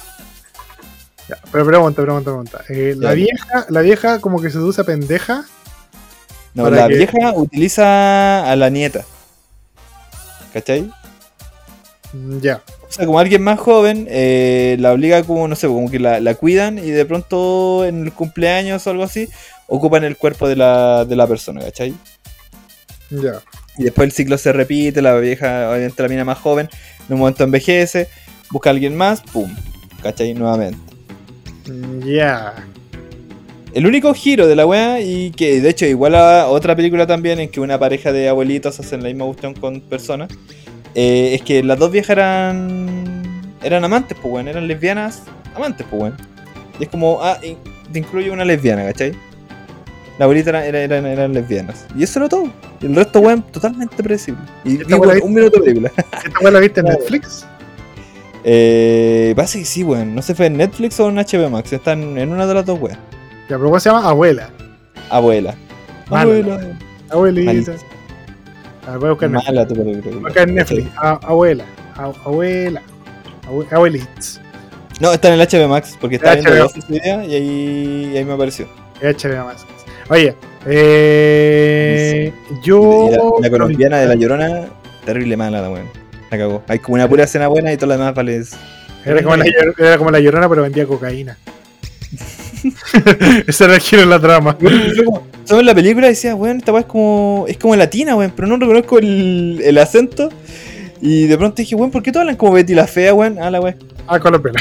Ya, pero pregunta, pregunta, pregunta. Eh, la Ya. vieja, la vieja como que seduce a pendeja. No, Para la que- vieja utiliza a la nieta. ¿Cachai? Mm, Ya. O sea, como alguien más joven, eh, la obliga como, no sé, como que la, la cuidan y de pronto en el cumpleaños o algo así, ocupan el cuerpo de la, de la persona, ¿cachai? Ya. Y después el ciclo se repite, la vieja, obviamente la mina más joven, en un momento envejece, busca a alguien más, pum, ¿cachai? Nuevamente. Mm, Ya. El único giro de la wea, y que de hecho igual a otra película también, en que una pareja de abuelitos hacen la misma cuestión con personas, eh, es que las dos viejas eran eran amantes, pues weón, eran lesbianas amantes, pues weón. Y es como, ah, y te incluye una lesbiana, ¿cachai? La abuelita era, era- eran, eran lesbianas. Y eso era todo. Y el resto, weón, totalmente predecible. Y ¿Esta digo, wea la un minuto de película. ¿Esta wea la viste en Netflix? eh, parece que sí, weón. No sé, fue en Netflix o en H B O Max. Están en una de las dos weas. Ya, pero ¿cómo se llama? Abuela. Abuela. Mala, Abuela. Abuelita. Malísimo. A ver, voy a buscar en Netflix. Mala tu película. Voy a buscar en Netflix. A- abuela. A- abuela. Abue- Abuelitas. No, está en el H B O Max, porque estaba H B O. viendo dos ese día y ahí, y ahí me apareció. H B O más. Oye, eh, yo. Y la, la colombiana de La Llorona, terrible mala la weón. La cagó. Hay como una pura escena buena y todo lo demás vale. Era como, la, Llor- era como la llorona, pero vendía cocaína. Ese era el giro de la trama. Estaba en la película y decía, weón, esta weá es como. Es como latina, weón, pero no reconozco el, el acento. Y de pronto dije, weón, ¿por qué todos hablan como Betty la fea, weón? Ah, la weón. Ah, colombiana.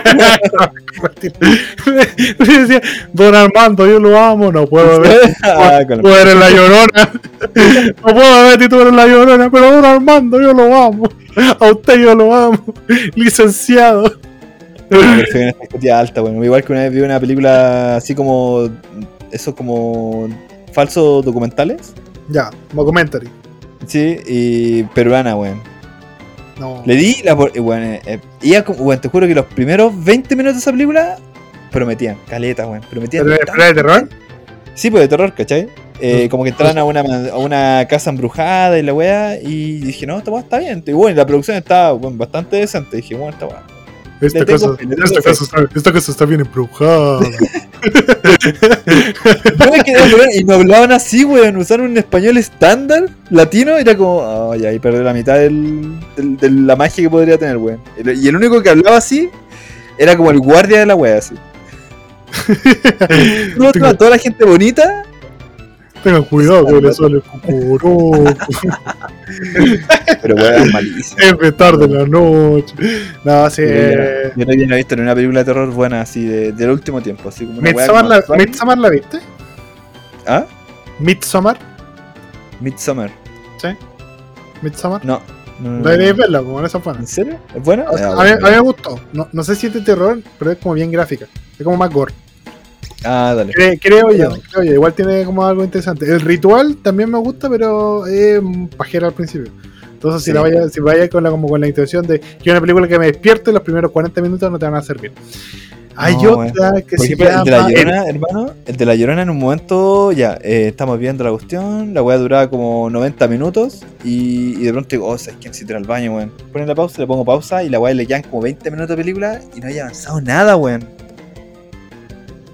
Le decía, don Armando, yo lo amo, no puedo ver. Ah, Tú con eres la llorona. No puedo ver si tú eres la llorona, pero don Armando, yo lo amo. A usted yo lo amo. Licenciado. la perfección en expectativa alta, weón. Igual que una vez vi una película así como. Eso como. Falsos documentales. Ya, documentary. Sí, y peruana, weón. No. Le di la por. eh, Weón, eh, eh, ella como- weón, te juro que los primeros veinte minutos de esa película prometían, caleta, weón. Prometían. ¿Pero tanto. es de terror? Sí, pues de terror, ¿cachai? Eh, No. como que entraban a una, a una casa embrujada y la weá. Y dije, no, esta weá está bien. Y bueno, la producción estaba bueno, bastante decente. Dije, bueno, esta weá. Esta Le tengo casa, fe, le tengo esta, fe. casa está, esta casa está bien embrujada. Yo me quedé, weón, y no hablaban así, weón. Usaron un español estándar, latino. Era como, ay, ahí perdí la mitad del, del- de la magia que podría tener, weón. Y el único que hablaba así era como el guardia de la weá, así. No, tenga, toda la gente bonita. tenga cuidado que le sale cucurú. Pero weón, malísimo. Es de tarde en la noche. No, sí. Yo Eh, no yo no he visto en una película de terror buena así de, del último tiempo. Así como una weá Midsommar, como la, actual. Midsommar la viste? ¿Ah? Midsommar. Midsommar. Midsommar. No. no, no, Deberías no. verla, como esa es buena. ¿En serio? ¿Es buena? O sea, Ah, a, mí, bueno, a mí me gustó. No, no sé si es de terror, pero es como bien gráfica. Es como más gore. Ah, dale. Cre- creo yo, creo yo. Igual tiene como algo interesante. El ritual también me gusta, pero es pajera al principio. Entonces, si Sí. la vaya, si vaya con la como con la intención de que es una película que me despierte, los primeros cuarenta minutos no te van a servir. Hay No, otra que Por se ejemplo, el de la llama Llorona, hermano, el de la Llorona en un momento, ya, eh, estamos viendo la cuestión, la weá duraba como noventa minutos y, y de pronto digo, oh, ¿sabes quién se tira al baño, weón? Ponen la pausa, le pongo pausa y la weá le quedan como veinte minutos de película y no haya avanzado nada, weón.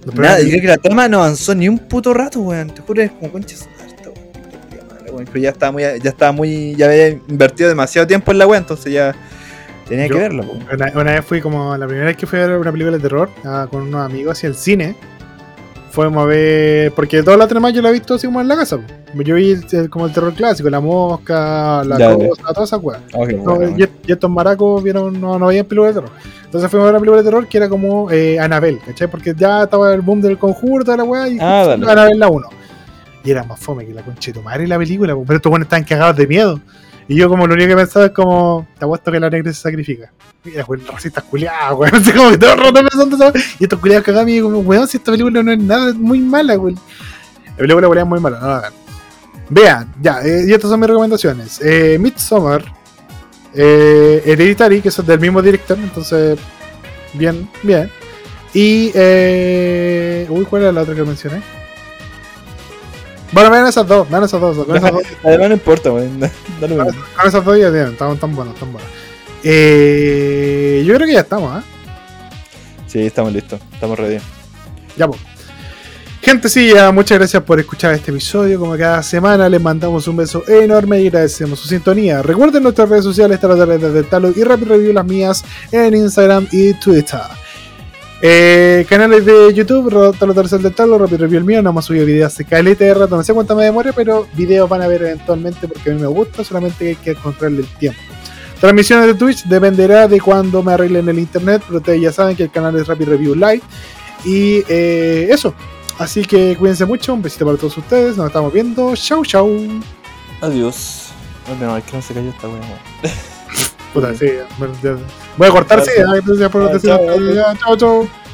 Nada, yo creo que la trama no avanzó ni un puto rato, weón. Te juro, es como concha su harta, weón. Pero ya estaba muy, ya estaba muy, ya había invertido demasiado tiempo en la weón, entonces ya tenía Yo, que verlo, weón. Una, una vez fui como, la primera vez que fui a ver una película de terror uh, con unos amigos hacia el cine, fuimos a ver, porque todas las demás yo la he visto así como en la casa. Yo vi el, como el terror clásico, la mosca, la ya, cosa, ya. Toda esa weá. Okay, no, bueno, y, y estos maracos vieron, no, no veían películas de terror. Entonces fuimos a ver una película de terror que era como eh, Annabelle, ¿cachai? Porque ya estaba el boom del Conjuro, toda la weá, y ah, Annabelle la uno. Y era más fome que la conchetumare la película, pero estos buenos estaban cagados de miedo. Y yo como lo único que pensaba es como, te apuesto que la negra se sacrifica. Mira, weón, racistas culiados, weón. Así como que todo el rato pensando eso. Y estos culiados cagados, y como, weón, si esta película no es nada, es muy mala, weón. La película es muy mala, no la vean. Vean, ya, eh, y estas son mis recomendaciones. Eh, Midsommar, eh, Hereditary, que es del mismo director, entonces, bien, bien. Y, eh, uy, ¿cuál era la otra que mencioné? Bueno, vean esas dos, vean esas dos. Vean esas dos. Además no importa, weón. Dale, vean esas dos ya tienen, están tan buenas, tan buenas. Eh, yo creo que ya estamos, ¿eh? Sí, estamos listos, estamos ready. Ya, pues. Gentecilla, muchas gracias por escuchar este episodio. Como cada semana, les mandamos un beso enorme y agradecemos su sintonía. Recuerden nuestras redes sociales, Talos de Redes del Talo y Rapid Review, las mías en Instagram y Twitter. Eh, canales de YouTube, Talo Tercer del Talo, Rapid Review el mío. No hemos subido videos de caleta de rato, no sé cuánto me demore, pero videos van a ver eventualmente porque a mí me gusta, solamente hay que encontrarle el tiempo. Transmisiones de Twitch dependerá de cuando me arreglen el internet, pero ustedes ya saben que el canal es Rapid Review Live. Y eh, eso. Así que cuídense mucho, un besito para todos ustedes, nos estamos viendo, chau chau. Adiós. No, no, es que no se cayó esta weá. Puta, sí, voy a cortar, sí, chau chau.